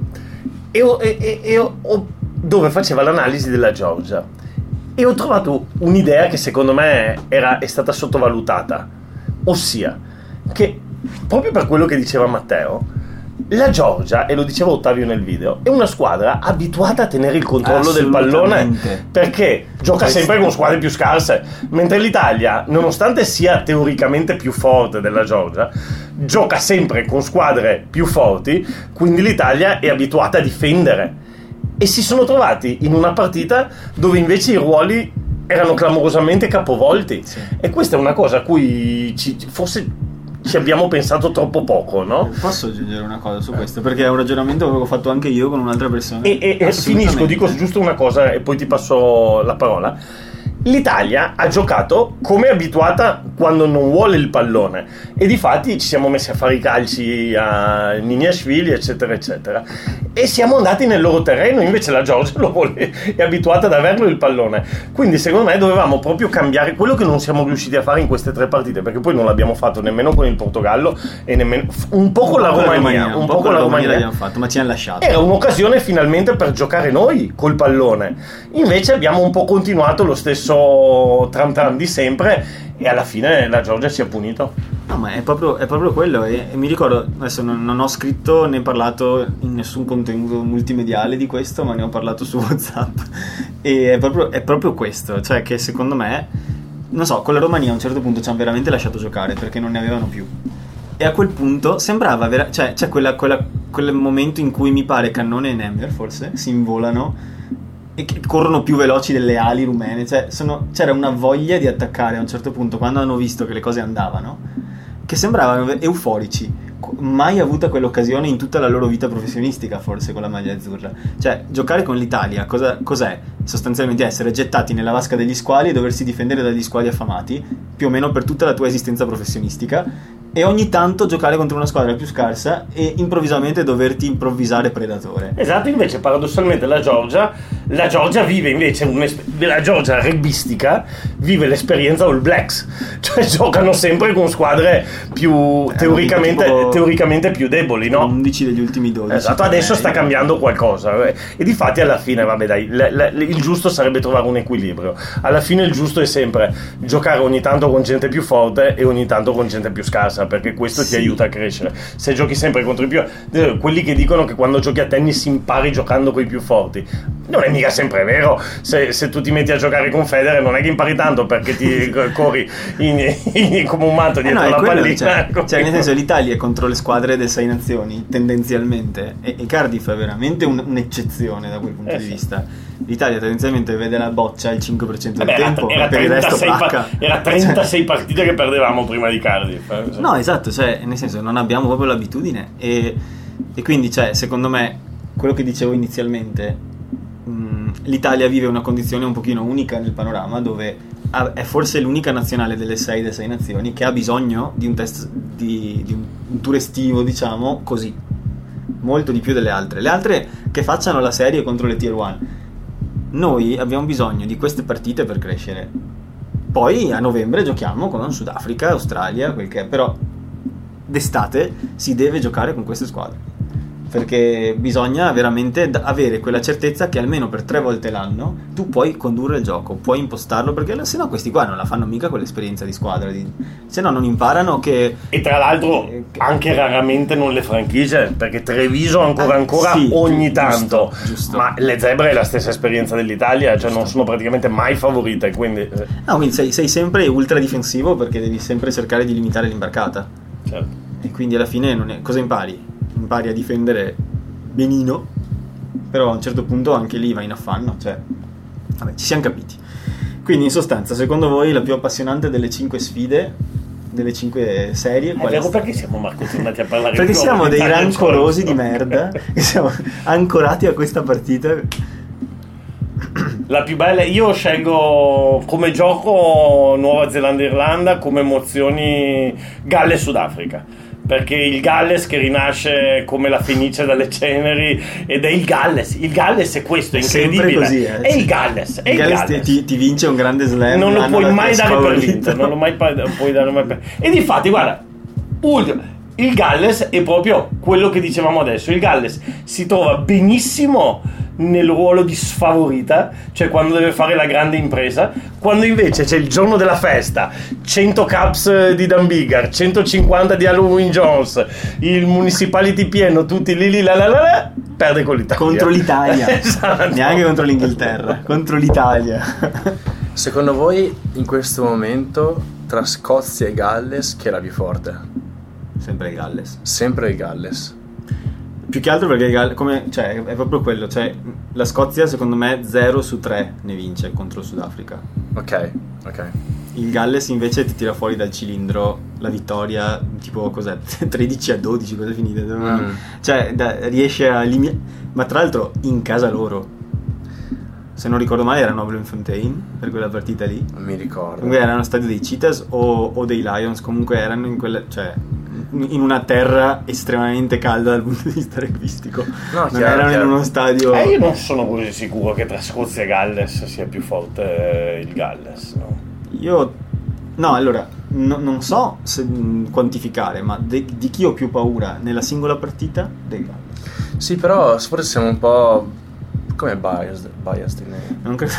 C: dove faceva l'analisi della Georgia e ho trovato un'idea che secondo me è stata sottovalutata, ossia che proprio per quello che diceva Matteo, la Georgia, e lo diceva Ottavio nel video, è una squadra abituata a tenere il controllo del pallone
A: Assolutamente.
C: perché gioca sempre con squadre più scarse, mentre l'Italia, nonostante sia teoricamente più forte della Georgia, gioca sempre con squadre più forti, quindi l'Italia è abituata a difendere e si sono trovati in una partita dove invece i ruoli erano clamorosamente capovolti.
A: Sì.
C: E questa è una cosa a cui forse ci abbiamo pensato troppo poco, no?
A: Posso aggiungere una cosa su questo? Perché è un ragionamento che avevo fatto anche io con un'altra persona.
C: E
A: Assolutamente.
C: finisco, dico giusto una cosa e poi ti passo la parola. L'Italia ha giocato come è abituata quando non vuole il pallone e difatti ci siamo messi a fare i calci a Niniashvili eccetera eccetera e siamo andati nel loro terreno, invece la Georgia è abituata ad averlo il pallone, quindi secondo me dovevamo proprio cambiare quello che non siamo riusciti a fare in queste 3 partite, perché poi non l'abbiamo fatto nemmeno con il Portogallo e nemmeno un po' con la Romania,
A: un po' con la Romania l'abbiamo fatto, ma ci hanno lasciato.
C: era un'occasione finalmente per giocare noi col pallone, invece abbiamo un po' continuato lo stesso tram tram di sempre e alla fine la Georgia si è punito.
A: No, ma è proprio quello. E mi ricordo, adesso non ho scritto né parlato in nessun contenuto multimediale di questo, ma ne ho parlato su WhatsApp. E è proprio questo, cioè che secondo me, non so, con la Romania a un certo punto ci hanno veramente lasciato giocare perché non ne avevano più. E a quel punto sembrava cioè c'è quel momento in cui mi pare Cannone e Nemir forse si involano e che corrono più veloci delle ali rumene, cioè c'era una voglia di attaccare a un certo punto quando hanno visto che le cose andavano, che sembravano euforici, mai avuta quell'occasione in tutta la loro vita professionistica forse con la maglia azzurra. Cioè giocare con l'Italia cos'è? Sostanzialmente essere gettati nella vasca degli squali e doversi difendere dagli squali affamati più o meno per tutta la tua esistenza professionistica, e ogni tanto giocare contro una squadra più scarsa e improvvisamente doverti improvvisare predatore.
C: Esatto, invece paradossalmente la Georgia La Georgia vive invece la Georgia rugbistica vive l'esperienza All Blacks, cioè giocano sempre con squadre più teoricamente più deboli, no?
A: 11 degli ultimi 12.
C: Esatto, adesso sta cambiando qualcosa e difatti alla fine, vabbè dai, il giusto sarebbe trovare un equilibrio. Alla fine il giusto è sempre giocare ogni tanto con gente più forte e ogni tanto con gente più scarsa, perché questo ti aiuta a crescere. Se giochi sempre contro i più, quelli che dicono che quando giochi a tennis impari giocando con i più forti, non è mica sempre vero. Se tu ti metti a giocare con Federer non è che impari tanto, perché ti corri come un matto dietro la pallina.
A: Cioè nel senso, l'Italia è contro le squadre delle 6 nazioni tendenzialmente, e Cardiff è veramente un'eccezione da quel punto di vista. L'Italia tendenzialmente vede la boccia il 5% del tempo, per il resto pacca.
C: Era 36 partite che perdevamo prima di Cardiff.
A: No, esatto, cioè nel senso non abbiamo proprio l'abitudine, e quindi, cioè, secondo me quello che dicevo inizialmente, l'Italia vive una condizione un pochino unica nel panorama, dove è forse l'unica nazionale delle 6 nazioni che ha bisogno di un test, di un tour estivo, diciamo così, molto di più delle altre. Le altre che facciano la serie contro le tier 1. Noi abbiamo bisogno di queste partite per crescere. Poi a novembre giochiamo con Sudafrica, Australia, quel che è, però d'estate si deve giocare con queste squadre, perché bisogna veramente avere quella certezza che almeno per 3 volte l'anno tu puoi condurre il gioco, puoi impostarlo, perché se no questi qua non la fanno mica quell'esperienza di squadra, se no non imparano che...
C: E tra l'altro anche raramente non le franchigie, perché Treviso ancora
A: sì,
C: ogni tanto,
A: giusto.
C: Ma le Zebre è la stessa esperienza dell'Italia, cioè non sono praticamente mai favorite, quindi...
A: No, quindi sei sempre ultra difensivo, perché devi sempre cercare di limitare l'imbarcata.
C: Certo.
A: E quindi alla fine cosa impari? Impari a difendere benino, però a un certo punto anche lì vai in affanno, cioè vabbè, ci siamo capiti. Quindi in sostanza, secondo voi la più appassionante delle 5 sfide, delle 5 serie, qual è?
C: Perché siamo tornati a parlare?
A: Perché siamo dei rancorosi di merda che siamo ancorati a questa partita.
C: La più bella, io scelgo come gioco Nuova Zelanda-Irlanda, come emozioni Galles-Sudafrica, perché il Galles che rinasce come la fenice dalle ceneri, ed è il Galles è questo, è incredibile,
A: così,
C: è il Galles, è
A: il Galles. Ti vince un grande slam,
C: non lo puoi mai dare per vinto, non lo puoi dare mai per... E difatti guarda, il Galles è proprio quello che dicevamo adesso. Il Galles si trova benissimo nel ruolo di sfavorita, cioè quando deve fare la grande impresa, quando invece c'è il giorno della festa, 100 caps di Dan Biggar, 150 di Halloween Jones, il municipality pieno, tutti lì la, perde con l'Italia.
A: Contro l'Italia.
C: Esatto.
A: Neanche contro l'Inghilterra, contro l'Italia.
D: Secondo voi in questo momento tra Scozia e Galles chi è la più forte?
A: Sempre il Galles.
D: Sempre il Galles.
A: Più che altro perché cioè, è proprio quello, cioè la Scozia secondo me 0 su 3 ne vince contro il Sudafrica.
D: Ok.
A: Il Galles invece ti tira fuori dal cilindro la vittoria, tipo cos'è? 13-12, cosa è finita? Cioè riesce a ma tra l'altro in casa loro. Se non ricordo male erano a Bloemfontein per quella partita lì.
D: Non mi ricordo.
A: Comunque erano stadio dei Cheetahs o dei Lions, comunque erano in quella, cioè in una terra estremamente calda dal punto di vista rugbyistico.
D: No,
A: non erano in uno stadio.
C: Io non sono così sicuro che tra Scozia e Galles sia più forte il Galles, no?
A: Allora non so se quantificare, ma di chi ho più paura nella singola partita? Del Galles.
D: Sì, però forse siamo un po' come biased
A: non credo.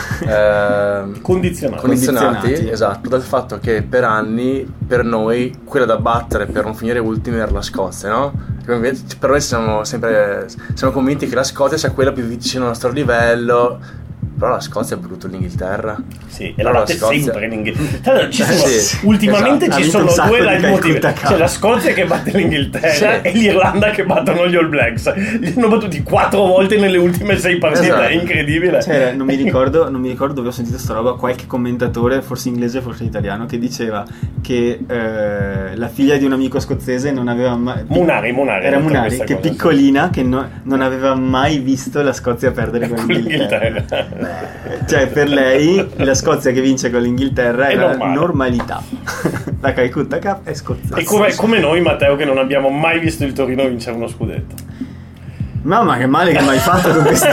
C: Condizionati,
D: esatto, dal fatto che per anni per noi quella da battere per non finire ultimi era la Scozia, no? Per noi siamo convinti che la Scozia sia quella più vicina al nostro livello, però la Scozia ha voluto l'Inghilterra.
C: Sì, e la batte sempre l'Inghilterra.
A: Sì,
C: ultimamente
A: esatto.
C: Ci sono due leitmotiv.
A: C'è
C: C'è la Scozia che batte l'Inghilterra e l'Irlanda che battono gli All Blacks. Li hanno battuti 4 volte nelle ultime 6 partite, esatto. È incredibile.
A: Cioè, non mi ricordo dove ho sentito sta roba, qualche commentatore, forse inglese, forse italiano, che diceva che la figlia di un amico scozzese non aveva mai...
C: Munari
A: era Munari, che cosa, piccolina, che non aveva mai visto la Scozia perdere con l'Inghilterra. Cioè per lei la Scozia che vince con l'Inghilterra è la normalità. La Calcutta Cup è scozzese.
C: E come noi, Matteo, che non abbiamo mai visto il Torino vincere uno scudetto.
A: Mamma che male che mi hai fatto con questa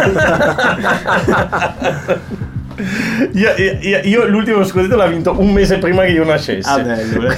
C: io l'ultimo scudetto l'ha vinto un mese prima che io nascessi.
A: Ah, bello.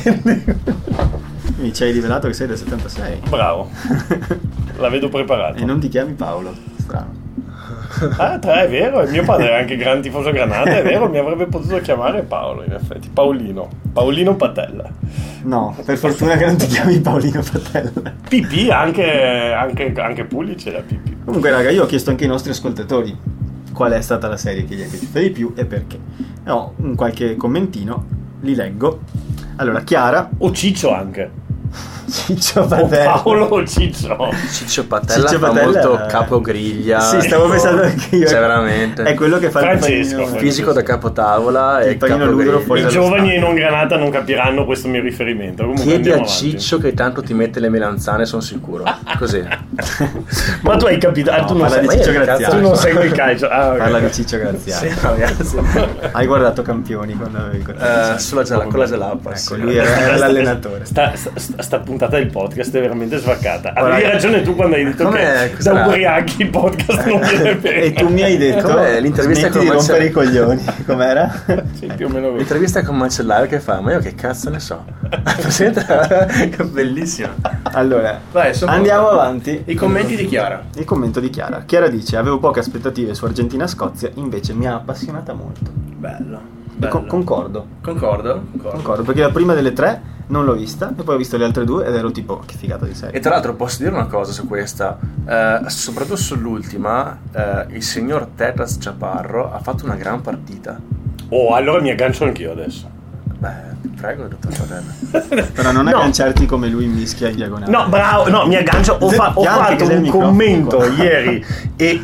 A: Mi ci hai rivelato che sei del 76.
C: Bravo. La vedo preparata.
A: E non ti chiami Paolo, strano.
C: Ah, è vero, mio padre è anche gran tifoso Granata, è vero, mi avrebbe potuto chiamare Paolo, in effetti. Paolino Patella.
A: No, per fortuna che non ti chiami Paolino Patella.
C: Pipì, anche Pullic era Pipì.
A: Comunque raga, io ho chiesto anche ai nostri ascoltatori qual è stata la serie che gli è piaciuta di più e perché. Ho un qualche commentino, li leggo. Allora, Chiara
C: O Ciccio anche.
A: Ciccio
C: O
A: Patella.
C: Paolo o Ciccio.
D: Ciccio Patella
A: Ciccio
D: fa
A: Patella
D: molto capogriglia.
A: Sì, stavo
D: ecco,
A: pensando anche io.
D: Cioè, veramente.
A: È quello che fa
C: Francesco.
A: il panino.
D: Fisico da capotavola
A: Il
D: e
A: panino ludro fuori
C: I
A: dallo
C: giovani
A: stadio.
C: e non Granata non capiranno questo mio riferimento. Comunque
D: Chiedi a
C: andiamo avanti.
D: Ciccio che tanto ti mette le melanzane, sono sicuro. Così.
C: Ma tu hai capito?
A: No,
C: tu non
A: parla di
C: sai,
A: Ciccio
C: tu
A: Graziani.
C: non segui il calcio. Ah, ok.
A: Parla di Ciccio Graziani.
D: Sì, ragazzi.
A: Hai guardato Campioni quando avevi
D: Con la Jalapa.
A: Ecco, lui era l'allenatore.
C: Sta puntata del podcast è veramente svaccata.
A: Guarda,
C: Avevi ragione tu quando hai detto
D: com'è?
C: che
D: Cos'era?
C: da ubriachi il podcast non viene bene.
A: E tu mi hai detto
D: Com'è l'intervista
A: smetti
D: con
A: di rompere
D: Marcello?
A: i coglioni. Com'era?
C: Sì, più o meno così.
D: L'intervista con Macellaio che fa, ma io che cazzo ne so. Presente? Bellissimo.
A: Allora,
B: Vai, sono
A: andiamo
B: pronto.
A: avanti.
B: I commenti di Chiara.
A: Il commento di Chiara. Chiara dice: avevo poche aspettative su Argentina-Scozia, invece mi ha appassionata molto.
B: Bello.
A: E concordo.
B: Concordo.
A: Concordo, perché la prima delle tre non l'ho vista e poi ho visto le altre due ed ero tipo, che figata di
D: E
A: serie.
D: tra l'altro posso dire una cosa su questa, soprattutto sull'ultima, il signor Tetas Chaparro ha fatto una gran partita.
C: Oh, allora mi aggancio anch'io adesso.
D: Beh, prego, dottor Patella.
A: Però non
C: No.
A: agganciarti come lui mischia in diagonale.
C: No, bravo, no, mi aggancio. Ho
A: Chianti
C: fatto
A: che sei il
C: un
A: microfono
C: commento
A: qua.
C: ieri e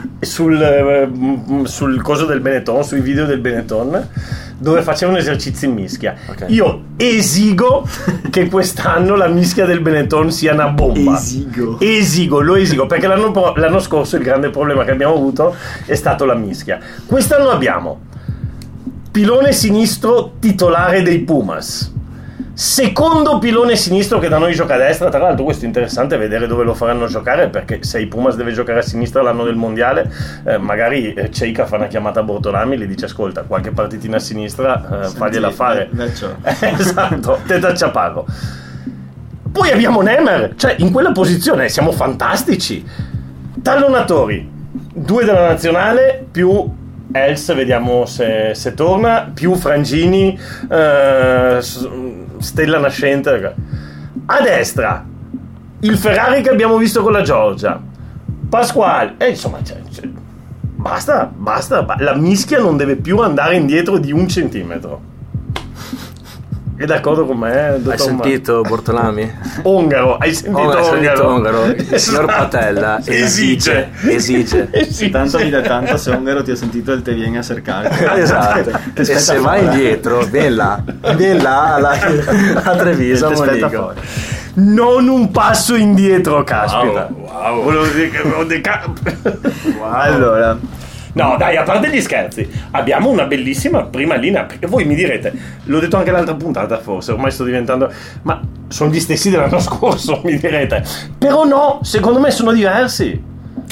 C: sul coso del Benetton, sui video del Benetton, dove facevano esercizi in mischia.
D: Ok.
C: Io esigo che quest'anno la mischia del Benetton sia una bomba. Lo esigo, perché l'anno scorso il grande problema che abbiamo avuto è stato la mischia. Quest'anno abbiamo pilone sinistro titolare dei Pumas, secondo pilone sinistro che da noi gioca a destra. Tra l'altro questo è interessante vedere dove lo faranno giocare, perché se i Pumas deve giocare a sinistra l'anno del mondiale, magari Ceika fa una chiamata a Bortolami e gli dice: ascolta, qualche partitina a sinistra fagliela fare. Esatto, Teta Chaparro. Poi abbiamo Nemer, cioè in quella posizione siamo fantastici. Tallonatori, 2 della nazionale più Els, vediamo se torna, più Frangini, stella nascente. A destra il Ferrari che abbiamo visto con la Georgia, Pasquale, e insomma basta, la mischia non deve più andare indietro di 1 centimetro. È d'accordo con me, dottor
D: Hai sentito Bortolami?
C: Ongaro, hai sentito
D: Ongaro? Il signor Patella esige.
A: Tanto mi dà tanto se Ongaro ti ha sentito il te vieni a cercare.
D: Esatto. E se vai indietro, vieni là a Treviso,
A: Ti aspetta
D: Monico.
A: fuori.
C: Non un passo indietro, caspita.
B: Wow.
C: Volevo dire che
A: Allora,
C: no, dai, a parte gli scherzi, abbiamo una bellissima prima linea. Perché voi mi direte, l'ho detto anche l'altra puntata, forse ormai sto diventando, ma sono gli stessi dell'anno scorso, mi direte. Però no, secondo me sono diversi.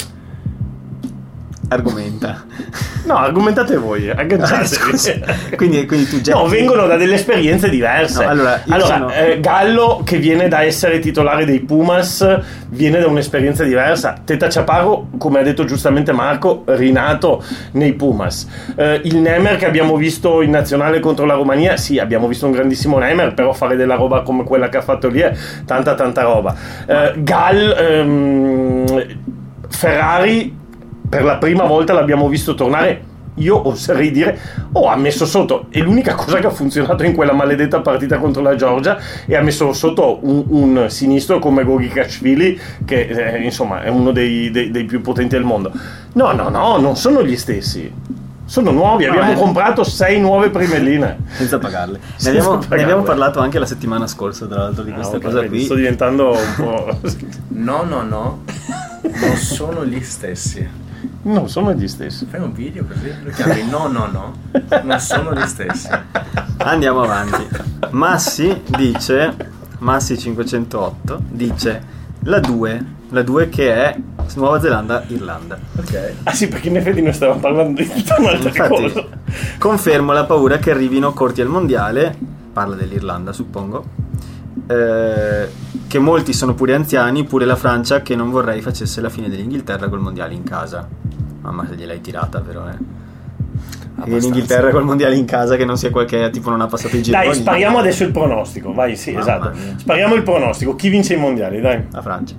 A: argomenta.
C: No, argomentate voi, agganciatevi.
A: Quindi tu getti...
C: No, vengono da delle esperienze diverse.
A: No, allora,
C: Gallo, che viene da essere titolare dei Pumas, viene da un'esperienza diversa. Teta Chaparro, come ha detto giustamente Marco, rinato nei Pumas. Il Nemer che abbiamo visto in nazionale contro la Romania, sì, abbiamo visto un grandissimo Nemer, però fare della roba come quella che ha fatto lì è tanta roba. Ferrari, per la prima volta l'abbiamo visto tornare. Io oserei dire, ha messo sotto, e l'unica cosa che ha funzionato in quella maledetta partita contro la Georgia, e ha messo sotto un sinistro come Gogikashvili, che insomma è uno dei più potenti del mondo. No, non sono gli stessi, sono nuovi. Abbiamo comprato 6 nuove primelline
A: senza pagarle.
C: Senza
A: Ne abbiamo parlato anche la settimana scorsa, tra l'altro, di questa cosa qui.
C: Sto diventando un po'...
D: No, non sono gli stessi.
C: Non sono gli stessi.
D: Fai un video così lo chiami no, non sono gli stessi.
A: Andiamo avanti. Massi 508 dice la 2 che è Nuova Zelanda, Irlanda.
B: Ok.
C: Ah sì, perché in effetti noi stavamo parlando di tutta un'altra
A: Infatti,
C: cosa.
A: confermo la paura che arrivino corti al mondiale, parla dell'Irlanda suppongo, che molti sono pure anziani, pure la Francia, che non vorrei facesse la fine dell'Inghilterra col mondiale in casa. Mamma se gliel'hai tirata però E l'Inghilterra col mondiale in casa che non sia qualche tipo non ha passato i gironi.
C: Dai, spariamo adesso il pronostico, vai, sì,
A: Mamma
C: esatto.
A: mia.
C: Spariamo il pronostico, chi vince i mondiali, dai.
A: La Francia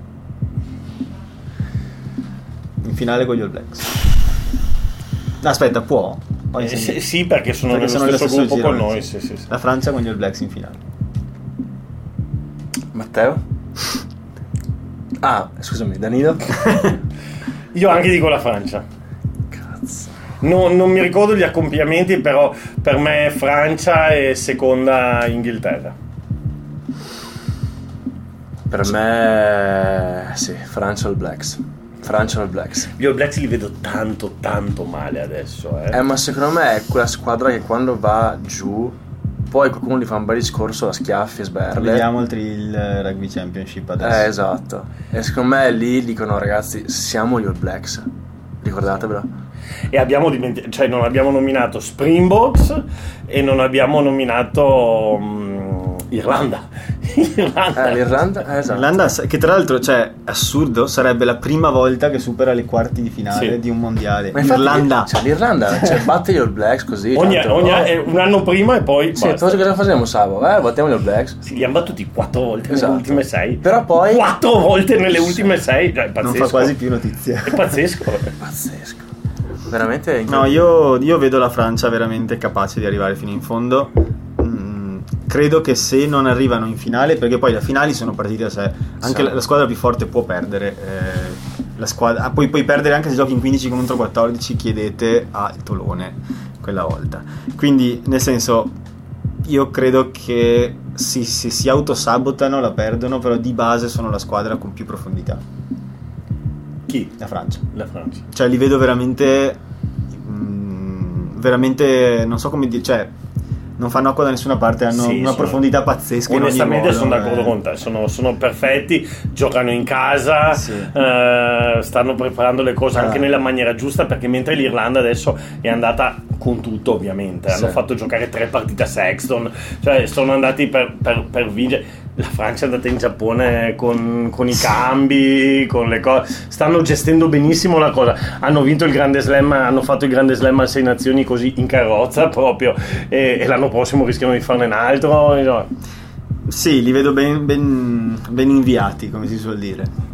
A: in finale con gli All Blacks. Aspetta, può? Poi
C: Sì, perché sono
A: perché
C: nello
A: sono nello
C: stesso
A: stesso
C: gruppo con
A: girone,
C: noi,
A: sì.
C: sì.
A: La Francia con gli All Blacks in finale.
B: Matteo? Ah, scusami, Danilo?
C: Io anche dico la Francia.
B: Cazzo.
C: Non mi ricordo gli accoppiamenti, però per me Francia e seconda Inghilterra.
B: Per me sì, Francia All Blacks.
C: Gli All Blacks li vedo tanto male adesso,
B: Ma secondo me è quella squadra che quando va giù poi qualcuno gli fa un bel discorso a schiaffi e sberle.
A: Vediamo il Rugby Championship adesso.
B: Esatto. E secondo me lì dicono ragazzi siamo gli All Blacks. Ricordatevelo.
C: E abbiamo cioè non abbiamo nominato Springboks e non abbiamo nominato Irlanda.
B: L'Irlanda, esatto.
A: Irlanda, che tra l'altro, cioè, assurdo, sarebbe la prima volta che supera le quarti di finale
C: Sì.
A: di un mondiale.
B: Ma infatti,
A: Irlanda.
B: l'Irlanda batte gli All Blacks così.
C: Un anno prima e poi
B: Sì,
C: basta.
B: poi cosa facciamo Savo? Battiamo gli All Blacks.
C: Sì, li hanno battuti 4 volte
B: Esatto.
C: nelle ultime 6.
B: Però poi
C: 4 volte nelle ultime 6, cioè, è pazzesco.
A: Non fa quasi più notizie.
C: È pazzesco.
B: pazzesco. Veramente
A: No, io vedo la Francia veramente capace di arrivare fino in fondo. Credo che se non arrivano in finale, perché poi le finali sono partite a sé, anche
B: Sì.
A: la squadra più forte può perdere. La squadra, puoi perdere anche se giochi in 15 contro 14, chiedete al Tolone quella volta. Quindi, nel senso, io credo che si autosabotano, la perdono, però di base sono la squadra con più profondità.
C: Chi?
A: La Francia.
C: La Francia.
A: Cioè li vedo veramente veramente non so come dire, cioè non fanno acqua da nessuna parte, hanno
C: Sì,
A: una
C: sono-
A: profondità pazzesca in ogni
C: Onestamente
A: ruolo,
C: sono d'accordo con te, sono perfetti, giocano in casa,
A: Sì.
C: stanno preparando le cose anche nella maniera giusta, perché mentre l'Irlanda adesso è andata con tutto ovviamente, hanno
B: Sì.
C: fatto giocare 3 partite a Sexton, cioè sono andati per vincere. La Francia è andata in Giappone con i cambi, con le cose, stanno gestendo benissimo la cosa, hanno vinto il Grande Slam, hanno fatto il Grande Slam a 6 nazioni così in carrozza proprio, e l'anno prossimo rischiano di farne un altro, insomma.
A: Sì, li vedo ben inviati, come si suol dire.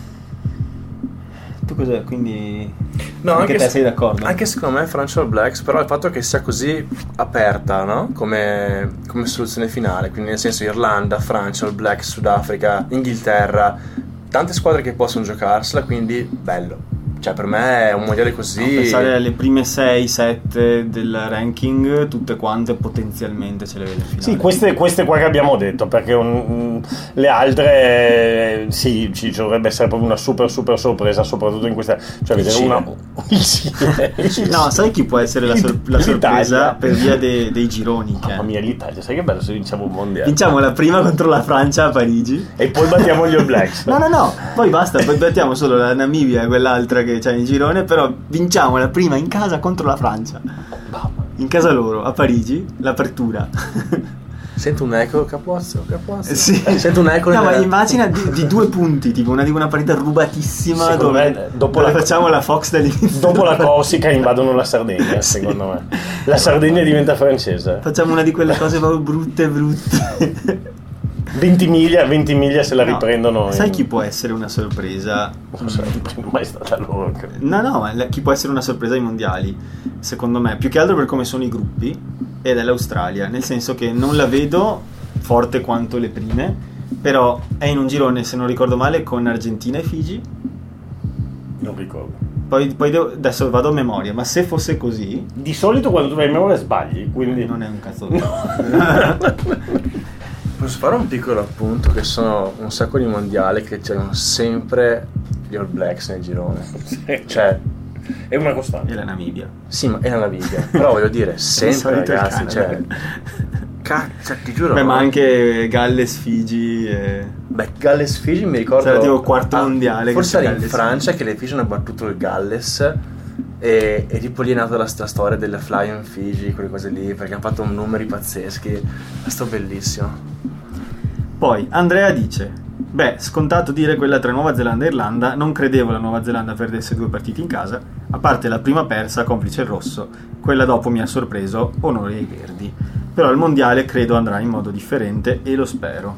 A: Tu cosa, quindi anche te sei d'accordo?
B: Anche secondo me Francia All Blacks, però il fatto che sia così aperta, no? Come soluzione finale, quindi nel senso Irlanda, Francia, All Blacks, Sudafrica, Inghilterra, tante squadre che possono giocarsela, quindi bello. Cioè per me è un mondiale così.
A: Pensare alle prime 6-7 del ranking, tutte quante potenzialmente ce le vede in finale.
C: Sì, queste qua che abbiamo detto, perché le altre sì, ci dovrebbe essere proprio una super sorpresa, soprattutto in questa, cioè vedere
B: Cile.
C: il Cile.
A: No, sai chi può essere la
C: L'Italia.
A: sorpresa per via dei gironi? Che
C: Mamma mia, l'Italia, sai che bello se vinciamo un mondiale.
A: vinciamo la prima contro la Francia a Parigi.
C: E poi battiamo gli All Blacks.
A: No, poi basta, poi battiamo solo la Namibia e quell'altra che c'è in girone, però vinciamo la prima in casa contro la Francia. In casa loro, a Parigi, l'apertura.
B: Sento un eco, Capozzo.
A: Sì.
B: Sento un eco.
A: No, ma immagina di 2 punti, tipo una partita rubatissima
C: Secondo
A: dove,
C: me, dopo
A: dove
C: la-
A: facciamo la Fox dall'inizio.
C: Dopo la Corsica invadono la Sardegna, secondo me. La Sardegna diventa francese.
A: Facciamo una di quelle cose proprio brutte.
C: 20 miglia se la
A: No,
C: riprendono.
A: sai chi può essere una sorpresa?
C: Non so, mai stata loro.
A: No, ma chi può essere una sorpresa ai mondiali? Secondo me, più che altro per come sono i gruppi, ed è l'Australia, nel senso che non la vedo forte quanto le prime, però è in un girone, se non ricordo male, con Argentina e Figi.
C: Non ricordo.
A: Poi adesso vado a memoria, ma se fosse così,
C: Di solito quando tu vai in memoria sbagli, quindi
A: non è un cazzo.
B: Posso fare un piccolo appunto che sono un sacco di mondiali che c'erano sempre gli All Blacks nel girone. Cioè,
C: è una costante.
A: E la Namibia.
B: sì, ma è la Namibia. Però voglio dire, sempre
A: solito il
B: ragazzi, cioè,
A: Canada.
B: cioè, ti giuro.
A: Beh, ma anche Galles, Figi
D: Beh, Galles-Figi mi ricordo...
A: Sarà tipo quarto mondiale.
D: Forse era in
A: Galles.
D: Francia che le Figi hanno battuto il Galles e tipo lì è nata la storia delle Flying Figi, quelle cose lì, perché hanno fatto numeri pazzeschi. È stato bellissimo.
A: Poi Andrea dice: beh, scontato dire quella tra Nuova Zelanda e Irlanda, non credevo la Nuova Zelanda perdesse 2 partite in casa, a parte la prima persa, complice il rosso, quella dopo mi ha sorpreso, onore ai verdi. Però il mondiale credo andrà in modo differente e lo spero.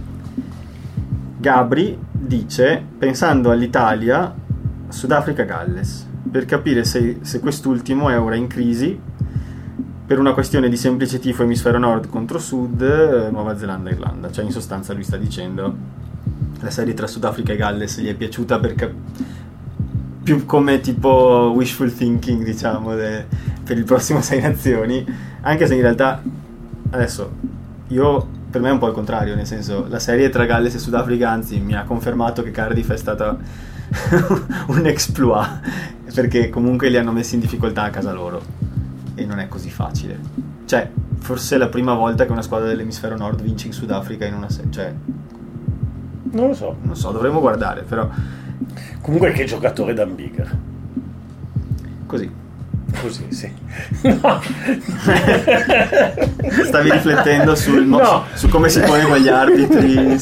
A: Gabri dice: pensando all'Italia, Sudafrica-Galles, per capire se quest'ultimo è ora in crisi per una questione di semplice tifo emisfero nord contro sud, Nuova Zelanda e Irlanda. Cioè in sostanza lui sta dicendo la serie tra Sudafrica e Galles gli è piaciuta più come tipo wishful thinking, diciamo, per il prossimo 6 nazioni, anche se in realtà adesso per me è un po' il contrario, nel senso, la serie tra Galles e Sudafrica anzi mi ha confermato che Cardiff è stata un exploit, perché comunque li hanno messi in difficoltà a casa loro e non è così facile. Cioè, forse è la prima volta che una squadra dell'emisfero nord vince in Sudafrica in una serie, cioè
C: Non lo so.
A: dovremmo guardare, però
C: Comunque che giocatore Dan Bigger.
A: così.
C: Così, sì. No.
A: Stavi riflettendo
C: No.
A: su come si pone con gli arbitri,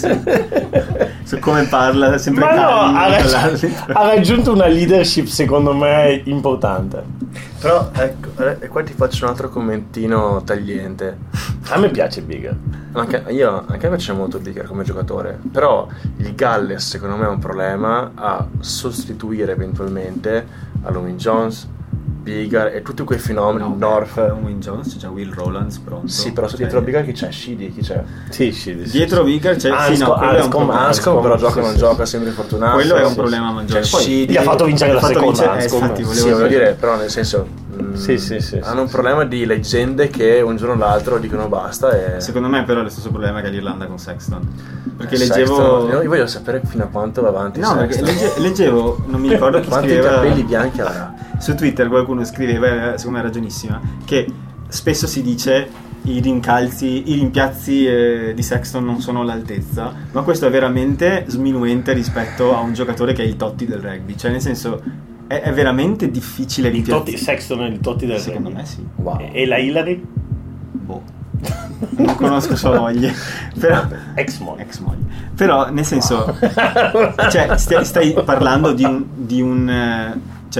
A: su come parla sempre
C: Ma no,
A: calmo con l'arbitro.
C: ha raggiunto una leadership secondo me importante.
D: Però ecco, e qua ti faccio un altro commentino tagliente.
C: A me piace Bigger.
D: Anche a me piace molto Bigger come giocatore, però il Galles secondo me è un problema a sostituire eventualmente a Wyn Jones, Bigger e tutti quei fenomeni North.
A: Wyn Jones, c'è già Will Rowlands pronto.
D: Sì, però dietro a Bigger chi c'è? Shidi, chi c'è?
C: Sì, sì.
A: Dietro Bigger c'è quello è un problema.
D: Anscombe però gioca o non gioca, sempre infortunato.
A: Quello è un problema maggiore.
D: Cioè,
A: Poi
D: Shidi
C: gli ha fatto vincere la seconda.
A: infatti,
D: sì, voglio dire, però nel senso
C: Sì.
D: hanno un problema di leggende che un giorno o l'altro dicono basta e...
A: Secondo me però è lo stesso problema che l'Irlanda con Sexton, perché
D: Sexton,
A: leggevo
D: io voglio sapere fino a quanto va avanti
A: perché
D: Sexton.
A: leggevo, non mi ricordo chi
D: quanti
A: scriveva
D: capelli bianchi avrà.
A: su Twitter, qualcuno scriveva, secondo me ragionissima, che spesso si dice i rimpiazzi di Sexton non sono all'altezza, ma questo è veramente sminuente rispetto a un giocatore che è il Totti del rugby, cioè nel senso è veramente difficile rimpiazzare.
C: Sexton è il Totti del
A: Secondo
C: rugby.
A: me sì.
D: Wow.
C: E la Hillary?
A: Boh. Non conosco sua moglie, però
C: Ex moglie.
A: però nel senso cioè stai parlando di un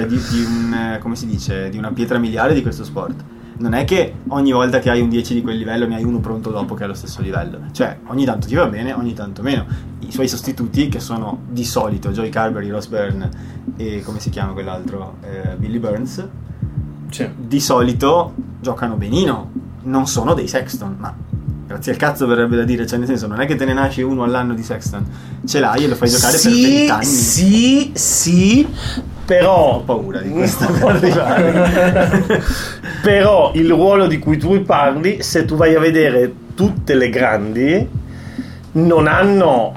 A: come si dice, di una pietra miliare di questo sport. Non è che ogni volta che hai un 10 di quel livello ne hai uno pronto dopo che è allo stesso livello, cioè ogni tanto ti va bene, ogni tanto meno. I suoi sostituti, che sono di solito Joey Carberry, Ross Byrne e come si chiama quell'altro, Billy Burns,
C: Sì.
A: di solito giocano benino, non sono dei Sexton, ma grazie al cazzo verrebbe da dire, cioè nel senso non è che te ne nasce uno all'anno di Sexton, ce l'hai e lo fai giocare per 20 anni.
C: Sì, però
A: Ho paura di questo per arrivare.
C: però il ruolo di cui tu parli, se tu vai a vedere tutte le grandi, non hanno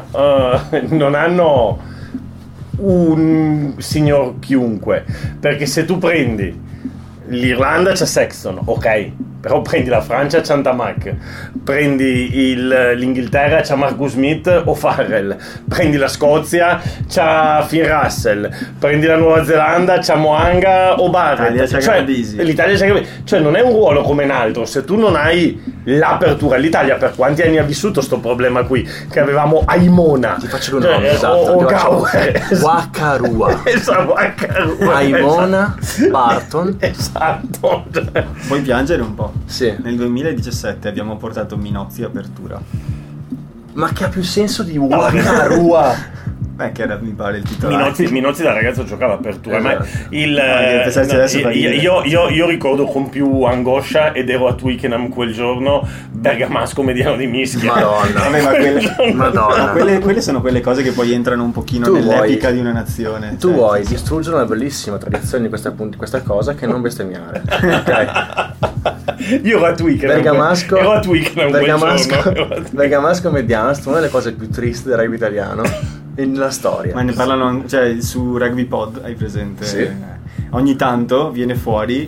C: un signor chiunque, perché se tu prendi l'Irlanda c'è Sexton, ok, però prendi la Francia c'è Antamac, prendi l'Inghilterra c'è Marcus Smith o Farrell, prendi la Scozia c'è Finn Russell, prendi la Nuova Zelanda c'è Moanga o Barrett,
A: L'Italia c'è Gardisi.
C: l'Italia c'è Gardisi. Cioè non è un ruolo come in altro, se tu non hai l'apertura. L'Italia per quanti anni ha vissuto sto problema qui, che avevamo Aimona,
D: Ti faccio due nomi, esatto.
C: o
D: Ti faccio
C: Gauer,
D: Wakarua,
C: esatto, Wakarua,
D: Aimona, Barton.
C: esatto.
A: Puoi piangere un po'.
D: Sì.
A: Nel 2017 abbiamo portato Minozzi apertura.
D: Ma che ha più senso di Wakarua?
A: Beh, che era mi pare il titolare.
C: Minozzi da ragazzo giocava apertura, ma
A: pensarci adesso fa ridere.
C: io ricordo con più angoscia, ed ero a Twickenham quel giorno, Bergamasco mediano di mischia.
D: Madonna.
A: Vabbè, ma quelle,
D: Madonna.
A: ma quelle sono quelle cose che poi entrano un pochino
D: Tu
A: nell'epica
D: vuoi-
A: di una nazione.
D: Tu
A: cioè,
D: vuoi distruggere una bellissima tradizione di questa cosa che non bestemmiare. Ok.
C: Io ero a Twickenham.
D: Bergamasco,
C: Ero a Twickenham quel giorno.
D: Bergamasco mediano è una delle cose più tristi del rugby italiano nella storia.
A: Ma ne parlano cioè su Rugby Pod, hai presente?
D: Sì.
A: Ogni tanto viene fuori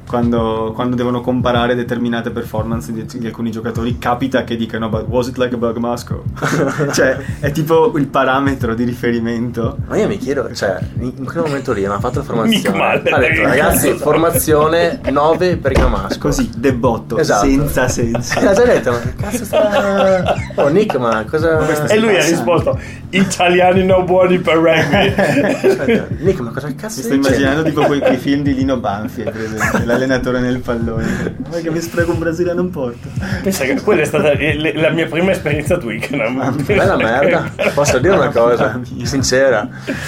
A: quando devono comparare determinate performance di alcuni giocatori, capita che dicano "But was it like a bug Moscow?" Cioè è tipo il parametro di riferimento.
D: Ma io mi chiedo, cioè in quel momento lì hanno fatto la formazione,
C: Mica male,
D: ha detto ragazzi formazione 9 per Gamasco,
A: Così, debotto,
D: Esatto.
A: senza senso.
D: E ha già detto, ma che cazzo sta... Oh Nick, ma cosa...
C: E lui ha risposto: italiani no buoni per rugby.
D: Aspetta, Nick, ma cosa cazzo
A: Mi sto
D: stai
A: immaginando
D: dicendo?
A: tipo quei film di Lino Banfi, è presente, l'allenatore nel pallone. Ma che mi spreco un brasiliano in porto.
C: Pensa che quella è stata la mia prima esperienza a Twickenham.
D: Bella merda, posso dire una cosa
A: Mamma mia.
D: sincera?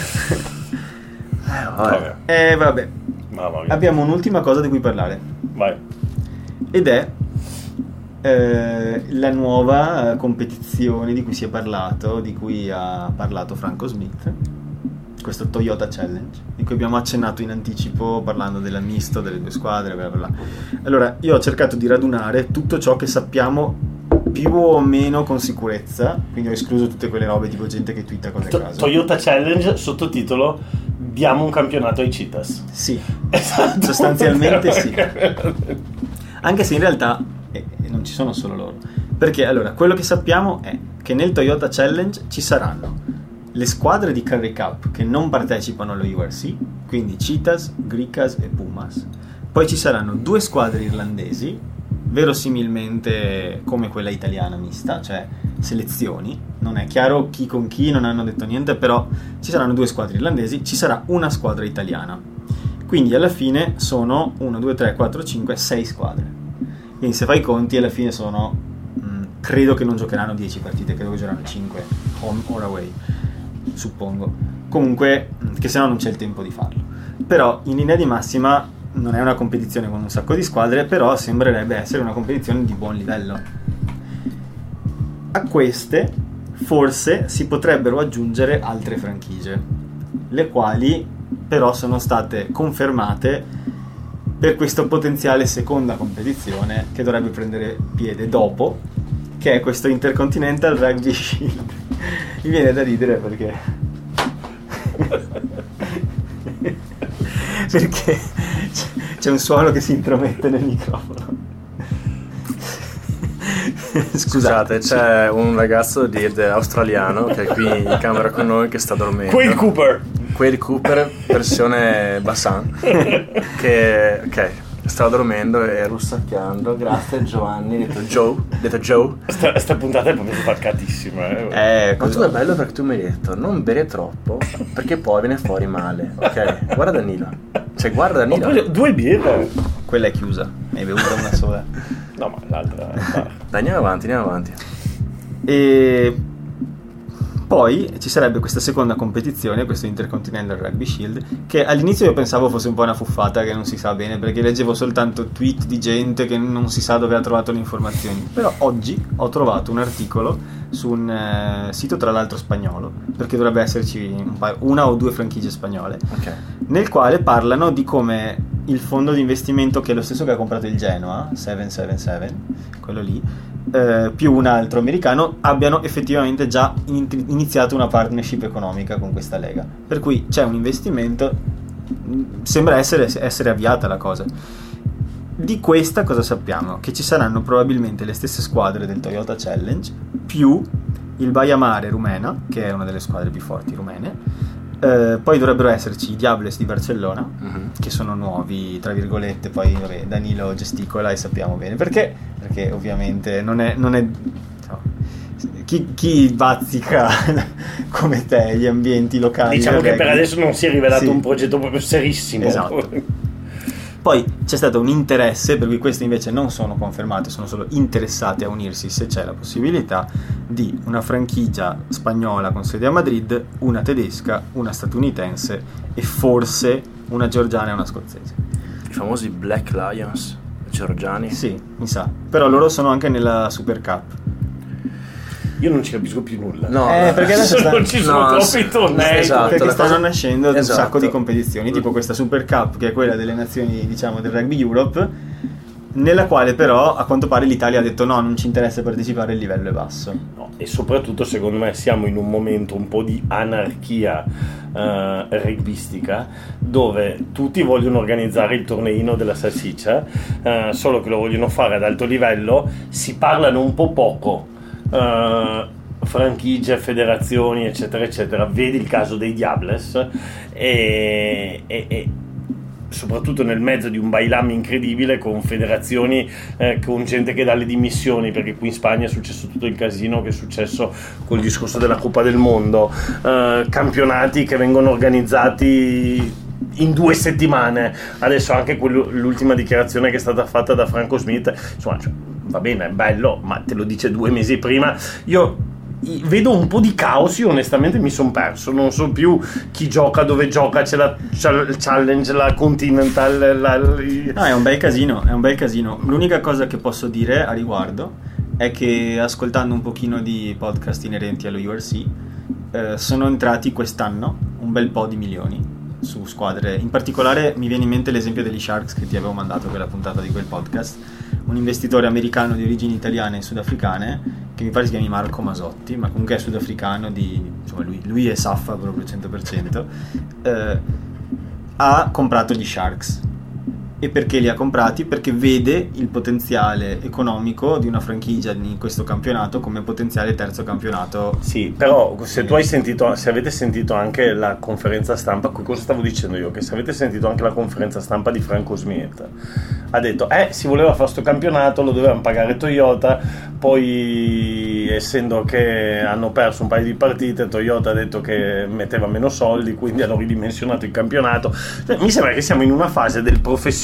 D: Vabbè.
A: Vabbè,
C: Mamma mia.
A: abbiamo un'ultima cosa di cui parlare.
C: Vai.
A: Ed è la nuova competizione di cui si è parlato, di cui ha parlato Franco Smith, questo Toyota Challenge, di cui abbiamo accennato in anticipo parlando del misto delle due squadre, bla bla bla. Allora, io ho cercato di radunare tutto ciò che sappiamo più o meno con sicurezza, quindi ho escluso tutte quelle robe tipo gente che twitta cose a caso.
C: Toyota Challenge, sottotitolo: diamo un campionato ai Cheetahs.
A: Sì,
C: Esatto.
A: sostanzialmente sì. Anche se in realtà non ci sono solo loro. Perché allora, quello che sappiamo è che nel Toyota Challenge ci saranno le squadre di Curry Cup che non partecipano allo URC, quindi Cheetahs, Griquas e Pumas. Poi ci saranno 2 squadre irlandesi, verosimilmente come quella italiana mista, cioè selezioni. Non è chiaro chi con chi, non hanno detto niente, però ci saranno 2 squadre irlandesi, ci sarà una squadra italiana. Quindi alla fine sono 1, 2, 3, 4, 5, 6 squadre. Quindi se fai i conti alla fine sono credo che non giocheranno 10 partite, credo che giocheranno 5 home or away, suppongo. Comunque, che se no non c'è il tempo di farlo. Però in linea di massima non è una competizione con un sacco di squadre, però sembrerebbe essere una competizione di buon livello. A queste forse si potrebbero aggiungere altre franchigie, le quali però sono state confermate per questa potenziale seconda competizione che dovrebbe prendere piede dopo, che è questo Intercontinental Rugby Shield. Mi viene da ridere perché c'è un suono che si intromette nel microfono.
D: Scusate, c'è un ragazzo australiano che è qui in camera con noi che sta dormendo.
C: Quail Cooper.
D: Cooper versione Bassan che ok, stava dormendo e russacchiando. Grazie Giovanni, detto Joe.
C: Sta puntata è proprio spaccatissima.
D: Ma tu è bello perché tu mi hai detto non bere troppo perché poi viene fuori male. Ok, guarda Danilo. Cioè guarda
C: Ho
D: Danilo.
C: preso 2 birre.
A: Quella è chiusa, ne hai bevuta una sola.
C: No, ma l'altra.
D: Dai, andiamo avanti.
A: E poi ci sarebbe questa seconda competizione, questo Intercontinental Rugby Shield, che all'inizio io pensavo fosse un po' una fuffata, che non si sa bene, perché leggevo soltanto tweet di gente che non si sa dove ha trovato le informazioni. Però oggi ho trovato un articolo su un sito tra l'altro spagnolo, perché dovrebbe esserci una o 2 franchigie spagnole,
D: Ok.
A: nel quale parlano di come il fondo di investimento, che è lo stesso che ha comprato il Genoa, 777, quello lì, più un altro americano, abbiano effettivamente già iniziato una partnership economica con questa lega, per cui c'è un investimento, sembra essere avviata la cosa. Di questa cosa sappiamo? Che ci saranno probabilmente le stesse squadre del Toyota Challenge più il Baia Mare Rumena, che è una delle squadre più forti rumene. Poi dovrebbero esserci i Diables di Barcellona, che sono nuovi tra virgolette. Poi vabbè, Danilo gesticola e sappiamo bene perché ovviamente non è no, chi bazzica come te gli ambienti locali
C: Diciamo
A: del
C: che per
A: rugby.
C: adesso non si è rivelato
A: Sì.
C: un progetto proprio serissimo.
A: Esatto. Poi c'è stato un interesse, per cui queste invece non sono confermate, sono solo interessate a unirsi se c'è la possibilità, di una franchigia spagnola con sede a Madrid, una tedesca, una statunitense e forse una georgiana e una scozzese.
D: I famosi Black Lions georgiani.
A: Sì, mi sa. Però loro sono anche nella Super Cup.
C: Io non ci capisco più nulla.
D: No,
A: perché adesso
C: non ci sono troppi tornei.
D: esatto.
A: perché
D: la
A: stanno
D: cosa-
A: nascendo un
D: Esatto.
A: sacco di competizioni, tipo questa Super Cup, che è quella delle nazioni, diciamo, del Rugby Europe, nella quale però a quanto pare l'Italia ha detto no, non ci interessa partecipare, il livello è basso.
C: No, e soprattutto secondo me siamo in un momento un po' di anarchia rugbistica, dove tutti vogliono organizzare il torneino della salsiccia, solo che lo vogliono fare ad alto livello, si parlano un po' poco franchigie, federazioni eccetera eccetera. Vedi il caso dei Diables e soprattutto nel mezzo di un bailam incredibile, con federazioni con gente che dà le dimissioni, perché qui in Spagna è successo tutto il casino che è successo col discorso della Coppa del Mondo, campionati che vengono organizzati in 2 settimane. Adesso anche l'ultima dichiarazione che è stata fatta da Franco Smith, insomma, cioè, va bene, è bello, ma te lo dice 2 mesi prima. Io vedo un po' di caos, io onestamente mi sono perso, non so più chi gioca, dove gioca, c'è il Challenge, la Continental,
A: no, è un bel casino. L'unica cosa che posso dire a riguardo è che, ascoltando un pochino di podcast inerenti allo URC, sono entrati quest'anno un bel po' di milioni su squadre. In particolare mi viene in mente l'esempio degli Sharks che ti avevo mandato, quella puntata di quel podcast, un investitore americano di origini italiane e sudafricane, che mi pare si chiami Marco Masotti, ma comunque è sudafricano, insomma lui è Saffa proprio 100%, ha comprato gli Sharks. E perché li ha comprati? Perché vede il potenziale economico di una franchigia in questo campionato come potenziale terzo campionato.
C: Sì, però se avete sentito anche la conferenza stampa, cosa stavo dicendo io? Che se avete sentito anche la conferenza stampa di Franco Smith, ha detto si voleva fare sto campionato, lo dovevano pagare Toyota, poi essendo che hanno perso un paio di partite, Toyota ha detto che metteva meno soldi, quindi hanno ridimensionato il campionato. Mi sembra che siamo in una fase del professionismo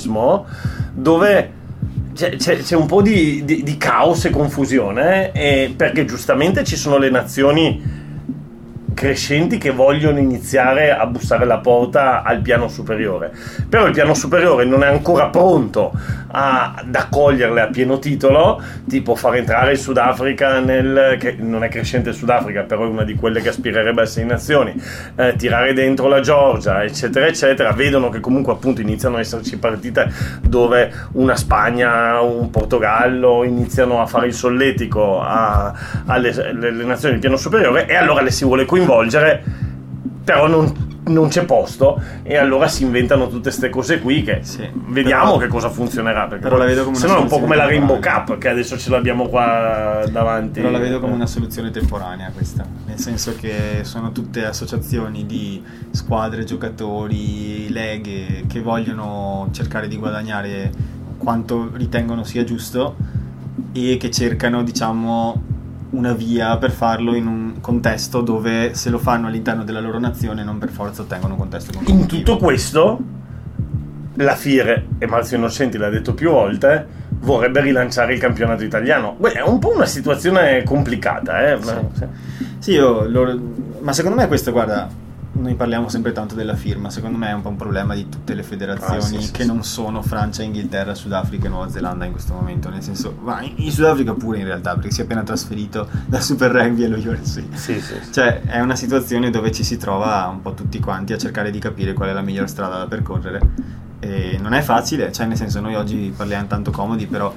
C: dove c'è un po' di caos e confusione, perché giustamente ci sono le nazioni crescenti che vogliono iniziare a bussare la porta al piano superiore, però il piano superiore non è ancora pronto ad accoglierle a pieno titolo, tipo far entrare il Sudafrica che non è crescente il Sudafrica, però è una di quelle che aspirerebbe a 6 nazioni, tirare dentro la Georgia eccetera eccetera. Vedono che comunque appunto iniziano ad esserci partite dove una Spagna, un Portogallo iniziano a fare il solletico alle nazioni del piano superiore, e allora le si vuole coinvolgere, però non c'è posto, e allora si inventano tutte ste cose qui che vediamo però, che cosa funzionerà, perché
A: però la vedo come
C: se no è un po' come la Rainbow Cup che adesso ce l'abbiamo qua davanti.
A: Però la vedo come una soluzione temporanea questa, nel senso che sono tutte associazioni di squadre, giocatori, leghe che vogliono cercare di guadagnare quanto ritengono sia giusto e che cercano, diciamo, una via per farlo in un contesto dove, se lo fanno all'interno della loro nazione, non per forza ottengono un contesto competitivo.
C: In tutto questo la FIR, e Marzio Innocenti l'ha detto più volte, vorrebbe rilanciare il campionato italiano. È un po' una situazione complicata,
A: Sì, ma secondo me questo, guarda, noi parliamo sempre tanto della firma, secondo me è un po' un problema di tutte le federazioni che non sono Francia, Inghilterra, Sudafrica e Nuova Zelanda in questo momento, nel senso, in Sudafrica pure in realtà, perché si è appena trasferito dal Super Rugby allo URC. Cioè è una situazione dove ci si trova un po' tutti quanti a cercare di capire qual è la miglior strada da percorrere, e non è facile, cioè nel senso, noi oggi parliamo tanto comodi, però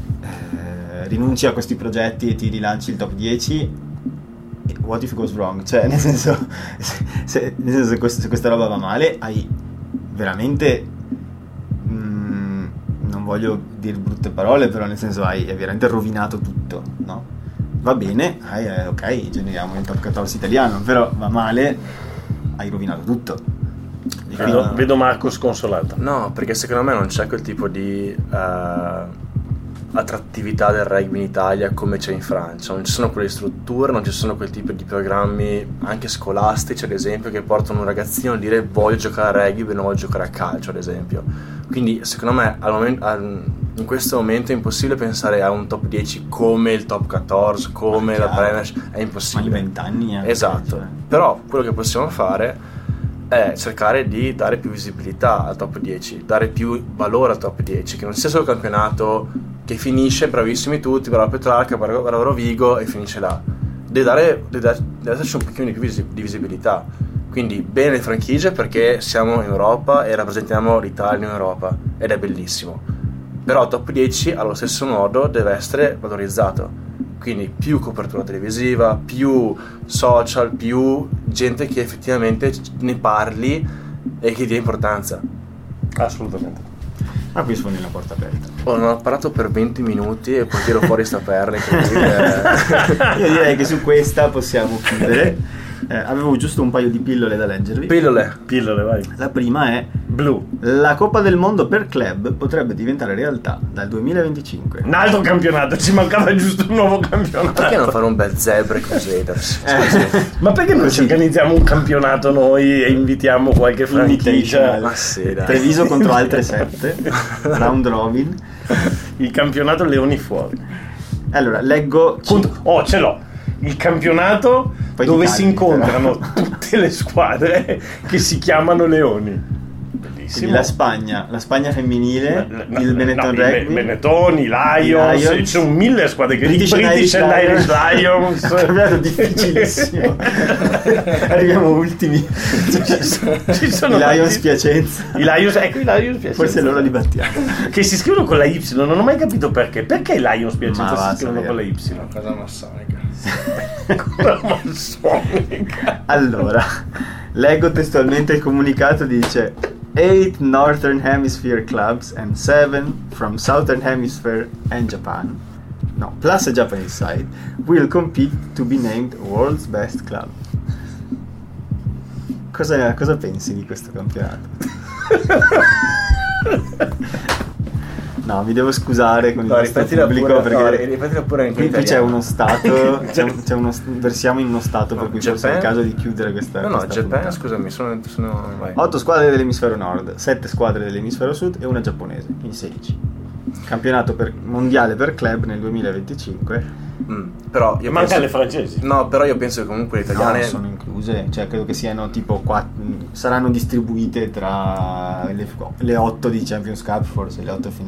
A: rinunci a questi progetti e ti rilanci il top 10. What if it goes wrong? Cioè, nel senso, se questa roba va male, hai veramente, non voglio dire brutte parole, però nel senso hai veramente rovinato tutto, no? Va bene, ok, generiamo il top 14 italiano, però va male, hai rovinato tutto.
C: Vedo Marco sconsolato.
D: No, perché secondo me non c'è quel tipo di attrattività del rugby in Italia come c'è in Francia. Non ci sono quelle strutture, non ci sono quel tipo di programmi anche scolastici, ad esempio, che portano un ragazzino a dire voglio giocare a rugby e non voglio giocare a calcio, ad esempio. Quindi secondo me in questo momento è impossibile pensare a un top 10 come il top 14, come la Premiership, è impossibile.
A: Ma in 20 anni anche,
D: esatto, cioè. Però quello che possiamo fare è cercare di dare più visibilità al top 10, dare più valore al top 10, che non sia solo il campionato che finisce, bravissimi tutti, bravo Petrarca, bravo Rovigo, e finisce là. Deve esserci un pochino di più di visibilità. Quindi bene le franchigie, perché siamo in Europa e rappresentiamo l'Italia in Europa, ed è bellissimo. però top 10 allo stesso modo deve essere valorizzato, quindi più copertura televisiva, più social, più gente che effettivamente ne parli e che dia importanza.
C: Assolutamente.
A: Ma qui sfondi una porta aperta.
D: Non ho parlato per 20 minuti e poi tiro fuori sta perla incredibile.
A: Io direi che su questa possiamo chiudere. Avevo giusto un paio di pillole da leggervi.
C: Pillole, vai.
A: La prima è:
C: Blu.
A: la Coppa del Mondo per club potrebbe diventare realtà dal 2025.
C: Un altro campionato, ci mancava giusto un nuovo campionato.
D: Perché non fare un bel Zebre Crusaders?
C: Ma perché non ci organizziamo un campionato noi e invitiamo qualche franchigia?
D: Ma sì, dai.
A: Treviso contro altre 7. Round robin.
C: Il campionato Leoni fuori.
A: Allora, leggo.
C: Ce l'ho. Il campionato
A: Poi
C: dove
A: ti
C: si
A: calmi,
C: incontrano tutte le squadre che si chiamano Leoni.
A: Quindi la Spagna femminile, il Benetton Rugby,
C: Benetton, i Lions, ci sono 1000 squadre che
A: British
C: and Irish Lions.
A: È un campionato difficilissimo. Arriviamo ultimi.
C: Ci sono
A: I Lions Piacenza.
C: I Lions Piacenza.
A: Forse loro li battiamo.
C: Che si scrivono con la Y, non ho mai capito perché. Perché i Lions Piacenza si scrivono con la Y?
D: Cosa massonica.
C: Cosa massonica.
A: Allora, leggo testualmente il comunicato, dice: 8 Northern Hemisphere clubs and 7 from Southern Hemisphere and Japan, no, plus a Japanese side, will compete to be named World's Best Club. Cosa pensi di questo campionato? No, mi devo scusare con il nostro pubblico perché
D: pure in
A: qui c'è uno stato, versiamo in uno stato per cui forse è il caso di chiudere questa.
D: No,
A: questa
D: Japan,
A: puntata.
D: scusami, sono vai.
A: 8 squadre dell'emisfero nord, 7 squadre dell'emisfero sud e una giapponese, in 16. Campionato mondiale per club nel 2025.
D: Però io
C: Manca
D: penso...
C: le francesi.
D: No, però io penso che comunque le italiane...
A: No, sono incluse, cioè credo che siano tipo 4, saranno distribuite tra le 8 di Champions Cup, forse le 8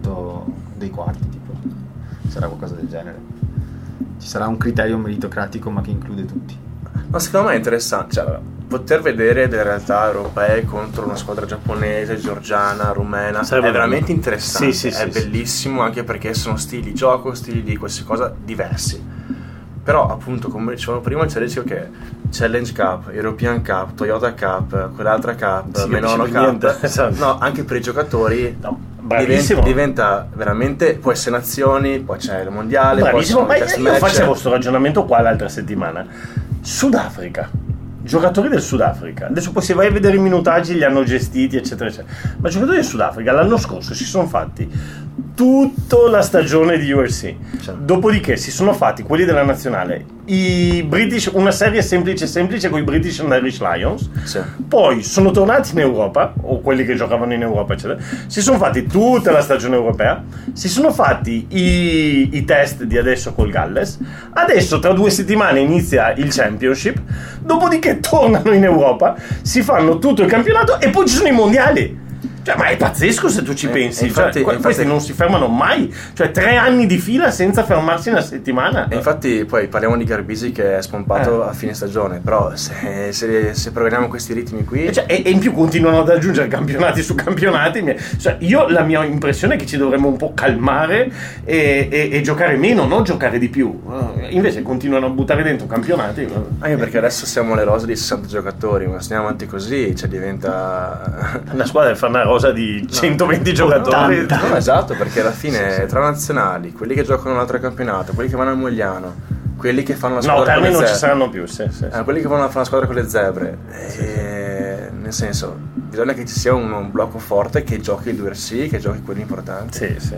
A: dei quarti, tipo. Sarà qualcosa del genere. Ci sarà un criterio meritocratico ma che include tutti.
D: Ma secondo me è interessante, cioè, poter vedere delle realtà europee contro una squadra giapponese, georgiana, rumena
C: Sarebbe
D: è veramente
C: bello.
D: interessante,
C: Sì,
D: è bellissimo anche perché sono stili di gioco, stili di qualsiasi cosa diversi. Però appunto, come dicevamo prima, c'è il rischio che Challenge Cup, European Cup, Toyota Cup, quell'altra Cup, Menono Cup,
C: Esatto.
D: no, anche per i giocatori
C: Bravissimo.
D: diventa veramente, può essere nazioni, poi c'è il mondiale,
C: Bravissimo,
D: poi
C: ma
D: c'è il
C: io
D: test
C: facevo
D: match.
C: questo ragionamento qua l'altra settimana. Sudafrica, giocatori del Sudafrica, adesso poi se vai a vedere i minutaggi li hanno gestiti eccetera eccetera, ma giocatori del Sudafrica l'anno scorso si sono fatti tutta la stagione di URC, dopodiché si sono fatti quelli della nazionale, i British, una serie semplice con i British and Irish Lions,
D: Sì.
C: poi sono tornati in Europa, o quelli che giocavano in Europa eccetera, si sono fatti tutta la stagione europea, si sono fatti i test di adesso col Galles, adesso tra 2 settimane inizia il Championship, dopodiché tornano in Europa, si fanno tutto il campionato e poi ci sono i mondiali. Cioè, ma è pazzesco se tu ci pensi.
D: infatti-
C: Questi non si fermano mai. Cioè, 3 anni di fila senza fermarsi una settimana.
D: E infatti poi parliamo di Garbisi che è spompato a fine stagione, però se programmiamo questi ritmi qui...
C: E in più continuano ad aggiungere campionati su campionati. Cioè, la mia impressione è che ci dovremmo un po' calmare e giocare meno, non giocare di più. Invece continuano a buttare dentro campionati.
D: Anche perché adesso siamo alle rose di 60 giocatori, ma se andiamo avanti così, cioè diventa...
C: Una squadra fa una rosa di 120 giocatori.
D: No, esatto, perché alla fine tra nazionali, quelli che giocano un altro campionato, quelli che vanno al Mogliano, quelli che fanno la
C: No,
D: squadra con
C: termini
D: le
C: non ci
D: zebre,
C: saranno più. Sì.
D: quelli che vanno a fare la squadra con le zebre, nel senso, bisogna che ci sia un blocco forte che giochi il WRC, che giochi quelli importanti.
C: Sì.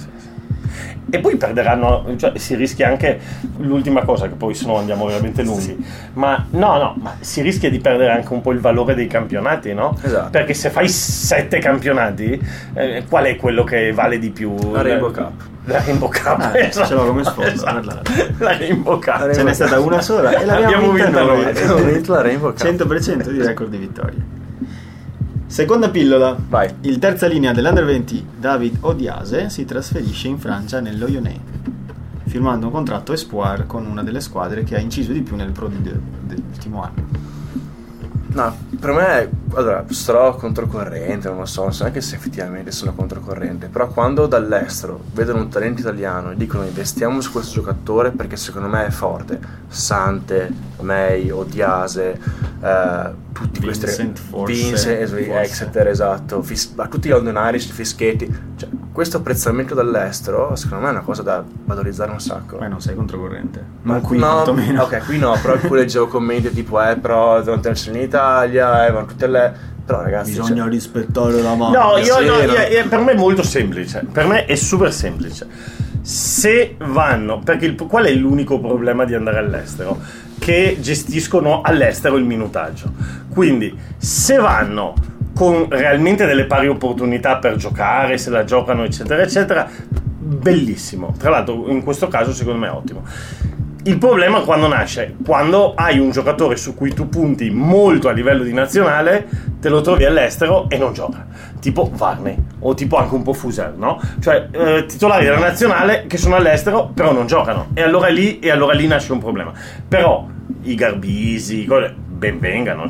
C: E poi perderanno, cioè si rischia anche l'ultima cosa, che poi se no andiamo veramente lunghi, ma ma si rischia di perdere anche un po' il valore dei campionati, no?
D: Esatto.
C: Perché se fai 7 campionati, qual è quello che vale di più?
D: La Rainbow Cup.
C: La Rainbow Cup,
A: Ce l'ho come sfondo,
C: esatto.
A: guardate.
C: La Rainbow Cup.
A: Ce n'è stata una sola e
C: Abbiamo vinta noi.
D: Abbiamo vinto la Rainbow Cup.
A: 100% di record di vittorie. Seconda pillola.
D: Vai.
A: Il terza linea dell'Under 20, David Odiase, si trasferisce in Francia nello Lyonnais, firmando un contratto espoir con una delle squadre che ha inciso di più nel Pro dell'ultimo anno.
D: No, per me, allora, sarò controcorrente, non lo so neanche se effettivamente sono controcorrente, però quando dall'estero vedono un talento italiano e dicono investiamo su questo giocatore perché secondo me è forte, Sante, May, Odiase, tutti questi Vincent, Exeter, esatto, ma tutti gli London Irish, Fischetti, cioè questo apprezzamento dall'estero secondo me è una cosa da valorizzare un sacco.
A: Ma non sei controcorrente?
D: Ma
A: qui
D: no,
A: quantomeno.
D: ok, qui no, però qui leggevo commenti tipo però devono tenersi in Italia, vanno tutte le... Però ragazzi,
A: bisogna rispettare la mano.
C: No,
D: Sì,
C: per me è molto semplice. Per me è super semplice. Se vanno, perché qual è l'unico problema di andare all'estero? Che gestiscono all'estero il minutaggio. Quindi, se vanno con realmente delle pari opportunità per giocare, se la giocano, eccetera, eccetera, bellissimo. Tra l'altro, in questo caso, secondo me è ottimo. Il problema quando nasce? Quando hai un giocatore su cui tu punti molto a livello di nazionale, te lo trovi all'estero e non gioca. Tipo Varney, o tipo anche un po' Fuser, no? Cioè, titolari della nazionale che sono all'estero, però non giocano. E allora lì nasce un problema. Però i Garbisi, ben vengano,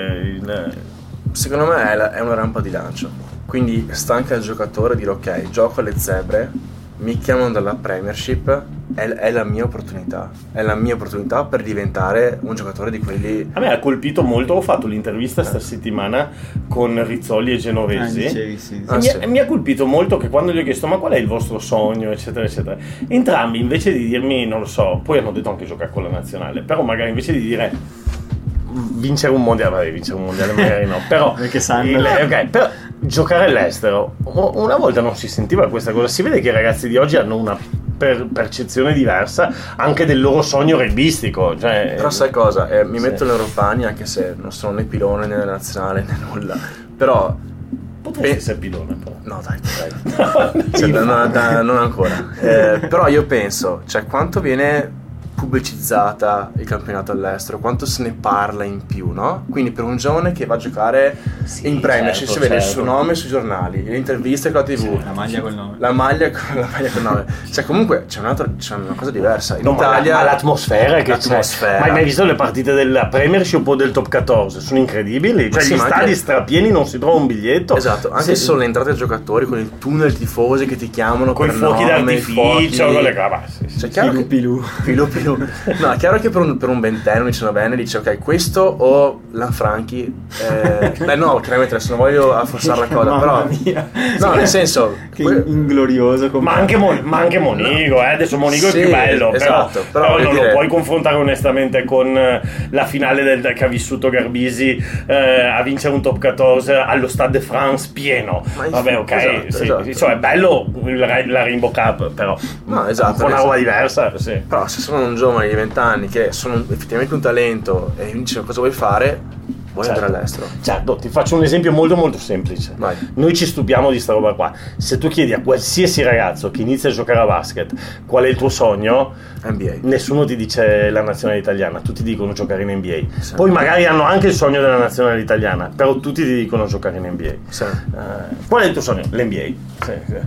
D: secondo me è una rampa di lancio. Quindi sta anche al giocatore dire ok, gioco alle Zebre, mi chiamano dalla Premiership, è la mia opportunità. È la mia opportunità per diventare un giocatore di quelli.
C: A me ha colpito molto, ho fatto l'intervista sta settimana con Rizzoli e Genovesi.
A: Sì.
C: Mi ha colpito molto che quando gli ho chiesto ma qual è il vostro sogno, eccetera, eccetera, entrambi invece di dirmi, non lo so, poi hanno detto anche giocare con la nazionale, però magari invece di dire vincere un mondiale magari no, però
A: perché sanno.
C: Però giocare all'estero, una volta non si sentiva questa cosa, si vede che i ragazzi di oggi hanno una percezione diversa anche del loro sogno rugbistico,
D: però sai cosa, mi metto l'Europani anche se non sono né pilone né nazionale né nulla, però
C: potresti essere pilone però.
D: No dai non ancora, però io penso, quanto viene pubblicizzata il campionato all'estero, quanto se ne parla in più, no? Quindi per un giovane che va a giocare in Premiership si vede il suo nome sui giornali, le interviste con la TV,
A: la maglia col nome,
D: la maglia col nome, comunque c'è una cosa diversa in Italia,
C: ma l'atmosfera che c'è. Ma hai mai visto le partite della Premiership o del Top 14? Sono incredibili,
D: sì,
C: gli stadi strapieni, non si trova un biglietto,
D: esatto, anche solo le entrate dei giocatori con il tunnel tifosi che ti chiamano
C: con i fuochi d'artificio, con le
A: Pilù.
D: No, è chiaro che per un ventenne, un 19enne dice ok, questo o Lanfranchi, no, chiaramente adesso non voglio affossare la cosa, però
A: mia.
D: No, nel senso
A: che inglorioso
C: ma anche Monigo, adesso Monigo
D: sì,
C: è più bello,
D: esatto,
C: però non lo puoi confrontare onestamente con la finale che ha vissuto Garbisi a vincere un top 14 allo Stade de France pieno. Vabbè, ok,
D: esatto.
C: Cioè, è bello la Rainbow Cup, però
D: no, esatto,
C: con una roba diversa, sì.
D: Però se sono un giovane di 20 anni che sono effettivamente un talento e mi dicono cosa vuoi fare, vuoi andare all'estero.
C: Certo, ti faccio un esempio molto molto semplice.
D: Vai.
C: Noi ci stupiamo di sta roba qua. Se tu chiedi a qualsiasi ragazzo che inizia a giocare a basket qual è il tuo sogno,
D: NBA,
C: nessuno ti dice la nazionale italiana, tutti dicono giocare in NBA.
D: Sì.
C: Poi magari hanno anche il sogno della nazionale italiana, però tutti ti dicono giocare in NBA.
D: Sì.
C: Qual è il tuo sogno? L'NBA. Sì.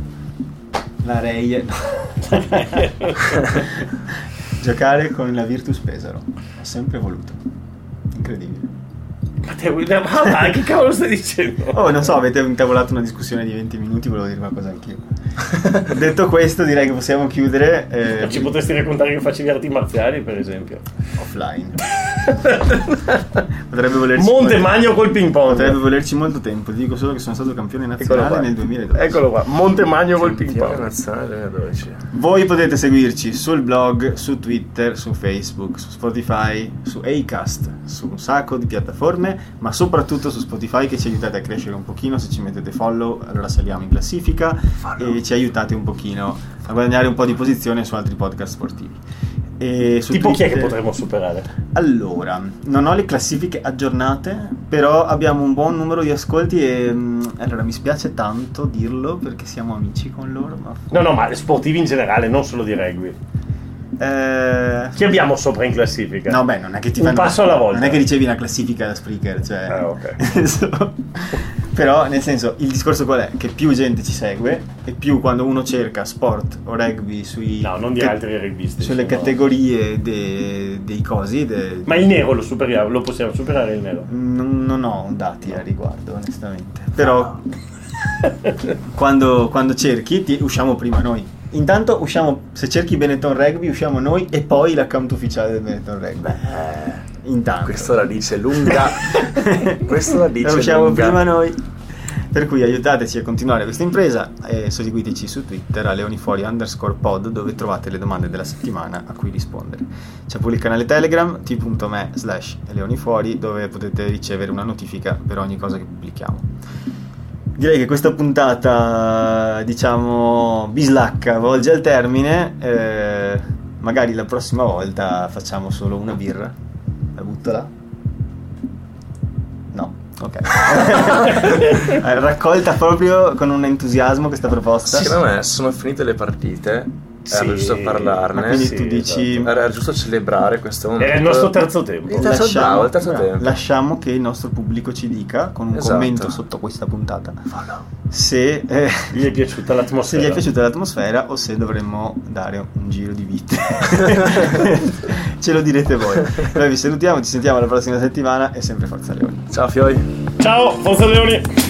A: La Reie. Giocare con la Virtus Pesaro. Ho sempre voluto. Incredibile.
C: Ma che cavolo stai dicendo?
A: Oh, non so, avete intavolato una discussione di 20 minuti, volevo dire qualcosa anch'io. Detto questo, direi che possiamo chiudere.
C: Ci potresti raccontare che facevi arti marziali, per esempio?
A: Offline. Potrebbe volerci
C: Montemagno col ping pong.
A: Potrebbe volerci molto tempo. Ti dico solo che sono stato campione nazionale nel 2012.
C: Eccolo qua, Montemagno col ping pong.
D: nazionale 2012.
A: Voi potete seguirci sul blog, su Twitter, su Facebook, su Spotify, su Acast, su un sacco di piattaforme, ma soprattutto su Spotify, che ci aiutate a crescere un pochino. Se ci mettete follow, allora saliamo in classifica e ci aiutate un pochino a guadagnare un po' di posizione su altri podcast sportivi. E su
C: tipo
A: Twitter,
C: chi è che potremmo superare?
A: Allora, non ho le classifiche aggiornate, però abbiamo un buon numero di ascolti e allora mi spiace tanto dirlo perché siamo amici con loro, ma
C: No, ma sportivi in generale, non solo di rugby. Chi abbiamo sopra in classifica?
A: No, beh, non è che ti
C: un
A: fanno,
C: passo alla volta.
A: non è che ricevi una classifica da Spreaker, cioè.
C: Ok.
A: Però, nel senso, il discorso qual è? Che più gente ci segue e più quando uno cerca sport o rugby sui
C: No, non di altri rugbisti.
A: sulle categorie dei cosi.
C: Ma il nero lo superiamo, lo possiamo superare il nero?
A: Non ho dati a riguardo, onestamente. Però quando cerchi usciamo prima noi. Intanto usciamo, se cerchi Benetton Rugby usciamo noi e poi l'account ufficiale del Benetton Rugby. Intanto.
D: Questa la dice lunga. Questa la dice
A: usciamo
D: lunga.
A: prima noi. Per cui aiutateci a continuare questa impresa e seguiteci su Twitter a leonifuori_pod, dove trovate le domande della settimana a cui rispondere. C'è pure il canale Telegram t.me/leonifuori, dove potete ricevere una notifica per ogni cosa che pubblichiamo. Direi che questa puntata, diciamo, bislacca volge al termine. Magari la prossima volta facciamo solo una birra. La butto là? No, ok. Raccolta proprio con un entusiasmo questa proposta.
D: Secondo me sono finite le partite. Era giusto parlarne.
A: Ma quindi
C: Sì,
A: tu dici
C: esatto.
D: Era giusto celebrare questo momento.
C: Era il nostro terzo tempo.
D: Il terzo tempo.
A: lasciamo che il nostro pubblico ci dica con un
D: Esatto.
A: commento sotto questa puntata se
C: Gli è piaciuta l'atmosfera.
A: se gli è piaciuta l'atmosfera o se dovremmo dare un giro di vite. Ce lo direte voi. Noi vi salutiamo, ci sentiamo la prossima settimana e sempre Forza Leoni.
D: Ciao Fioi.
C: Ciao, Forza Leoni!